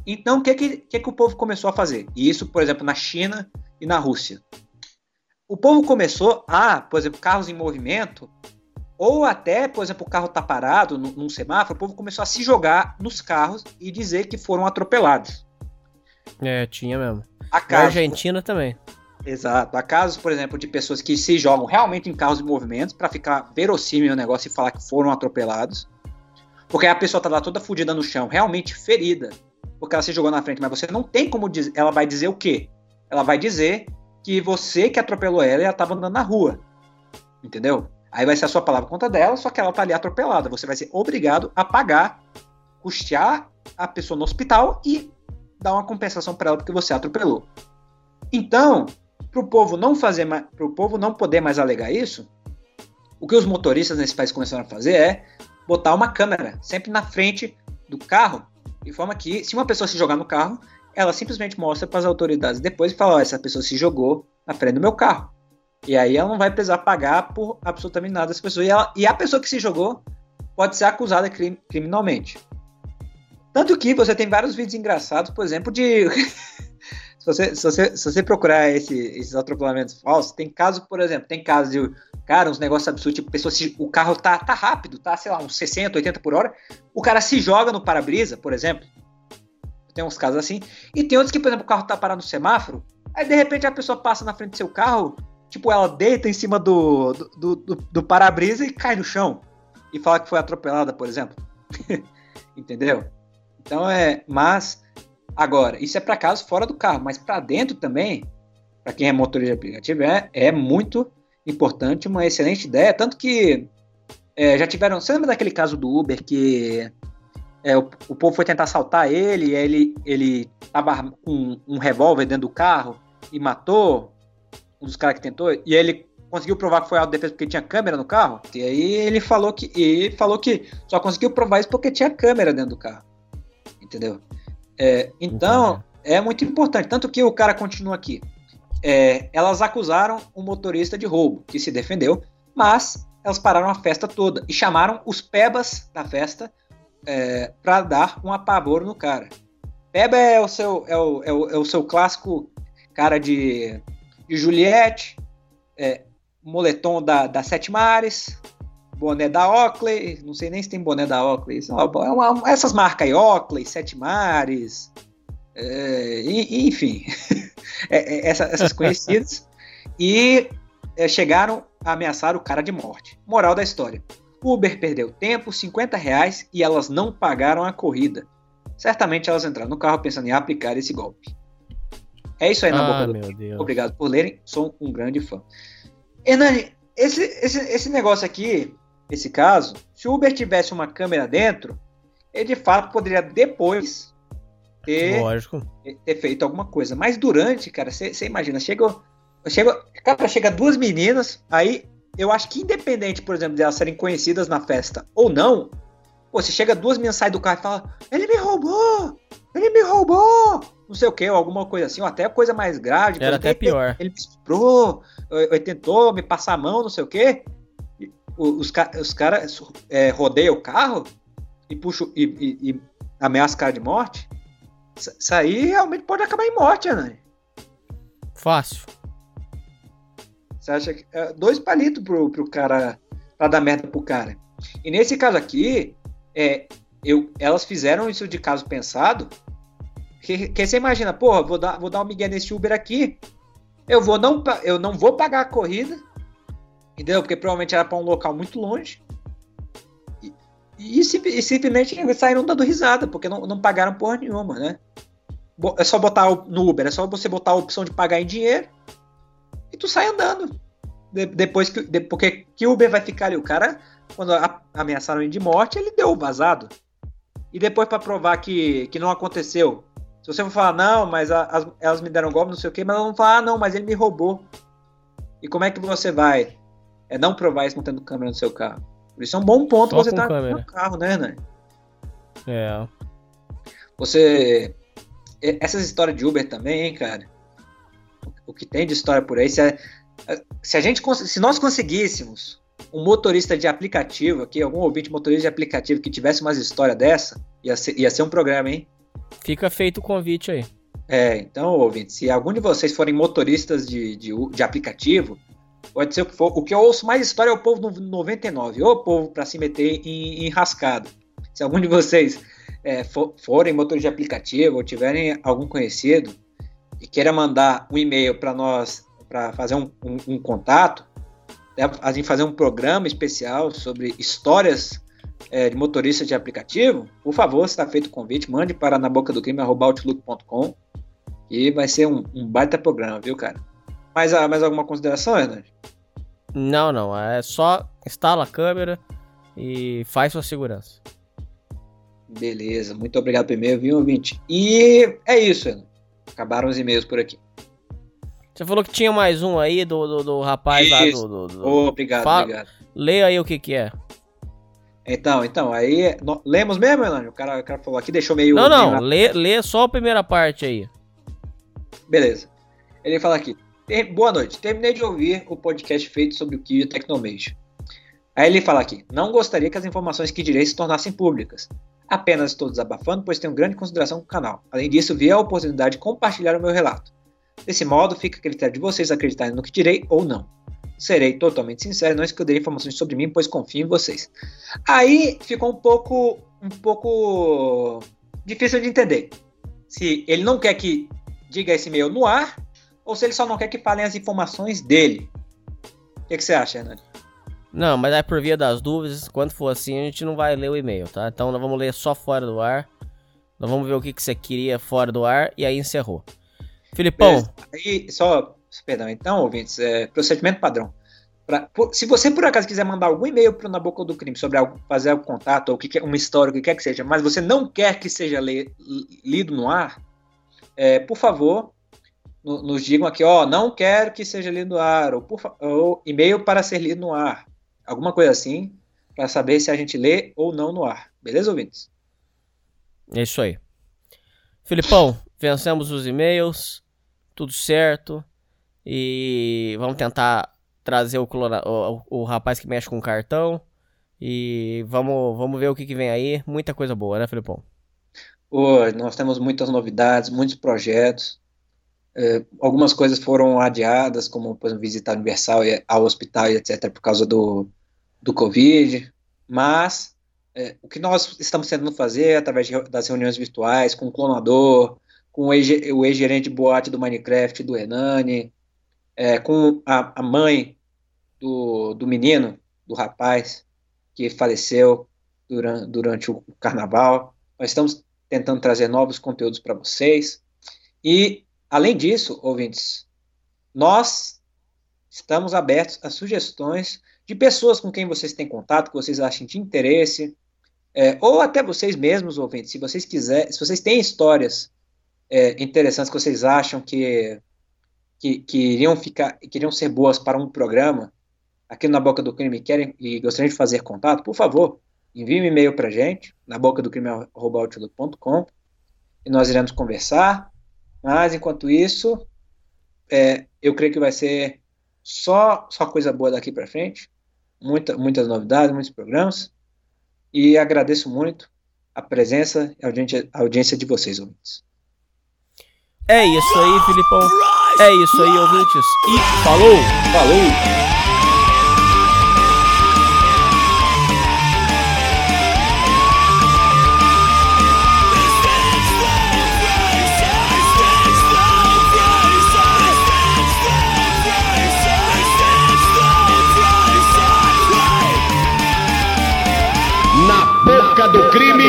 Speaker 4: Então, o que o povo começou a fazer? E isso, por exemplo, na China e na Rússia. O povo começou a, por exemplo, carros em movimento, ou até, por exemplo, o carro tá parado num semáforo, o povo começou a se jogar nos carros e dizer que foram atropelados.
Speaker 3: Tinha mesmo.
Speaker 4: Na
Speaker 3: Argentina também.
Speaker 4: Exato. Há casos, por exemplo, de pessoas que se jogam realmente em carros em movimento para ficar verossímil o negócio e falar que foram atropelados. Porque a pessoa tá lá toda fodida no chão, realmente ferida, porque ela se jogou na frente, mas você não tem como dizer. Ela vai dizer o quê? Ela vai dizer que você que atropelou ela e ela tava andando na rua. Entendeu? Aí vai ser a sua palavra contra dela, só que ela tá ali atropelada. Você vai ser obrigado a pagar, custear a pessoa no hospital e dar uma compensação para ela porque você atropelou. Então, pro povo não poder mais alegar isso, o que os motoristas nesse país começaram a fazer é botar uma câmera sempre na frente do carro, de forma que, se uma pessoa se jogar no carro, ela simplesmente mostra para as autoridades depois e fala, essa pessoa se jogou na frente do meu carro. E aí ela não vai precisar pagar por absolutamente nada dessa pessoa. E a pessoa que se jogou pode ser acusada criminalmente. Tanto que você tem vários vídeos engraçados, por exemplo, de... se você procurar esses atropelamentos falsos, tem caso, por exemplo, de, cara, uns negócios absurdos, tipo, o carro tá rápido, tá, sei lá, uns 60, 80 por hora, o cara se joga no para-brisa, por exemplo. Tem uns casos assim. E tem outros que, por exemplo, o carro tá parado no semáforo, aí de repente a pessoa passa na frente do seu carro, tipo, ela deita em cima do para-brisa e cai no chão. E fala que foi atropelada, por exemplo. Entendeu? Então mas, agora, isso é para casos fora do carro, mas para dentro também, para quem é motorista de aplicativo, é muito importante, uma excelente ideia. Tanto que já tiveram. Você lembra daquele caso do Uber que o povo foi tentar assaltar ele, e ele tava com um revólver dentro do carro e matou um dos caras que tentou, e ele conseguiu provar que foi autodefesa porque tinha câmera no carro? E aí ele falou que só conseguiu provar isso porque tinha câmera dentro do carro. Entendeu? Então, é muito importante. Tanto que o cara continua aqui. Elas acusaram o motorista de roubo, que se defendeu, mas elas pararam a festa toda e chamaram os pebas da festa para dar um apavoro no cara. Peba é o seu clássico cara de Juliette, moletom da Sete Mares, boné da Oakley, não sei nem se tem boné da Oakley, essas marcas aí, Oakley, Sete Mares, enfim, essas conhecidas, e chegaram a ameaçar o cara de morte. Moral da história: Uber perdeu tempo, R$50, e elas não pagaram a corrida. Certamente elas entraram no carro pensando em aplicar esse golpe. É isso aí na boca do Deus. Obrigado por lerem, sou um grande fã. Hernani, esse negócio aqui, esse caso, se o Uber tivesse uma câmera dentro, ele de fato poderia depois ter feito alguma coisa. Mas durante, cara, você imagina, chega duas meninas, aí eu acho que independente, por exemplo, de elas serem conhecidas na festa ou não, você chega duas meninas, sai do carro e fala, ele me roubou, não sei o que, ou alguma coisa assim, ou até coisa mais grave.
Speaker 3: Era até pior.
Speaker 4: Ele me estuprou, ele tentou me passar a mão, não sei o que. Os caras rodeiam o carro e puxam e ameaçam o cara de morte. Isso aí realmente pode acabar em morte, né?
Speaker 3: Fácil.
Speaker 4: Você acha que 2 palitos pro cara, pra dar merda pro cara. E nesse caso aqui, elas fizeram isso de caso pensado. Que você imagina, porra, vou dar um migué nesse Uber aqui, eu não vou pagar a corrida, entendeu? Porque provavelmente era para um local muito longe, e simplesmente saíram dando risada, porque não pagaram porra nenhuma, né? É só botar no Uber, é só você botar a opção de pagar em dinheiro, e tu sai andando. Porque que Uber vai ficar ali? O cara, quando ameaçaram ele de morte, ele deu o vazado. E depois, para provar que não aconteceu, se você for falar, não, mas elas me deram golpe, não sei o que, mas elas vão falar, não, mas ele me roubou. E como é que você vai não provar isso não tendo câmera no seu carro? Por isso é um bom ponto você estar no carro, né? Essas histórias de Uber também, cara, o que tem de história por aí, se nós conseguíssemos um motorista de aplicativo aqui, algum ouvinte motorista de aplicativo que tivesse umas histórias dessa, ia ser um programa, hein?
Speaker 3: Fica feito o convite aí.
Speaker 4: Então, ouvintes, se algum de vocês forem motoristas de aplicativo, pode ser o que for. O que eu ouço mais história é o povo no 99, ou o povo para se meter em rascada. Se algum de vocês forem motores de aplicativo ou tiverem algum conhecido e queira mandar um e-mail para nós, para fazer um contato, a gente fazer um programa especial sobre histórias de motoristas de aplicativo, por favor, se está feito o convite, mande para nabocadocrime@outlook.com e vai ser um baita programa, viu, cara? Mais alguma consideração, Hernani?
Speaker 3: Não, é só instala a câmera e faz sua segurança.
Speaker 4: Beleza, muito obrigado pelo e-mail, viu, ouvinte? E é isso, Hernani. Acabaram os e-mails por aqui.
Speaker 3: Você falou que tinha mais um aí do rapaz
Speaker 4: isso.
Speaker 3: lá do...
Speaker 4: Obrigado.
Speaker 3: Leia aí o que é.
Speaker 4: Então, aí... Lemos mesmo, Hernani? O cara falou aqui, deixou meio...
Speaker 3: Não, lê só a primeira parte aí.
Speaker 4: Beleza. Ele fala aqui, boa noite, terminei de ouvir o podcast feito sobre o Kiwi Technomation. Aí ele fala aqui, não gostaria que as informações que direi se tornassem públicas. Apenas estou desabafando, pois tenho grande consideração com o canal. Além disso, vi a oportunidade de compartilhar o meu relato. Desse modo, fica a critério de vocês acreditarem no que direi ou não. Serei totalmente sincero e não esconderei informações sobre mim, pois confio em vocês. Aí ficou um pouco difícil de entender. Se ele não quer que diga esse e-mail no ar, ou se ele só não quer que falem as informações dele. O que você acha, Hernani?
Speaker 3: Não, mas aí por via das dúvidas, quando for assim, a gente não vai ler o e-mail, tá? Então nós vamos ler só fora do ar. Nós vamos ver o que você queria fora do ar e aí encerrou. Filipão.
Speaker 4: Aí, perdão, então, ouvintes, procedimento padrão. Se você por acaso quiser mandar algum e-mail para o Na Boca do Crime sobre algo, fazer algum contato, ou uma história, o que quer que seja, mas você não quer que seja lido no ar, por favor, nos digam aqui, não quero que seja lido no ar, ou e-mail para ser lido no ar. Alguma coisa assim, para saber se a gente lê ou não no ar. Beleza, ouvintes?
Speaker 3: É isso aí. Filipão, vencemos os e-mails, tudo certo, e vamos tentar trazer o rapaz que mexe com cartão, e vamos ver o que vem aí. Muita coisa boa, né, Filipão?
Speaker 4: Hoje nós temos muitas novidades, muitos projetos. Algumas coisas foram adiadas, como por exemplo, visitar Universal ao hospital e etc, por causa do Covid, mas o que nós estamos tentando fazer através das reuniões virtuais, com o clonador, com o ex-gerente de boate do Minecraft, do Hernani, com a mãe do menino, do rapaz que faleceu durante o carnaval. Nós estamos tentando trazer novos conteúdos para vocês. E além disso, ouvintes, nós estamos abertos a sugestões de pessoas com quem vocês têm contato, que vocês achem de interesse, ou até vocês mesmos, ouvintes, se vocês quiserem, se vocês têm histórias interessantes que vocês acham que iriam ser boas para um programa aqui no Na Boca do Crime e gostariam de fazer contato, por favor, envie um e-mail para a gente, nabocadocrime@outlook.com, e nós iremos conversar. Mas, enquanto isso, eu creio que vai ser só coisa boa daqui para frente. Muitas novidades, muitos programas. E agradeço muito a presença e a audiência de vocês, ouvintes.
Speaker 3: É isso aí, Filipão. É isso aí, ouvintes. E falou!
Speaker 1: Na Boca do Crime.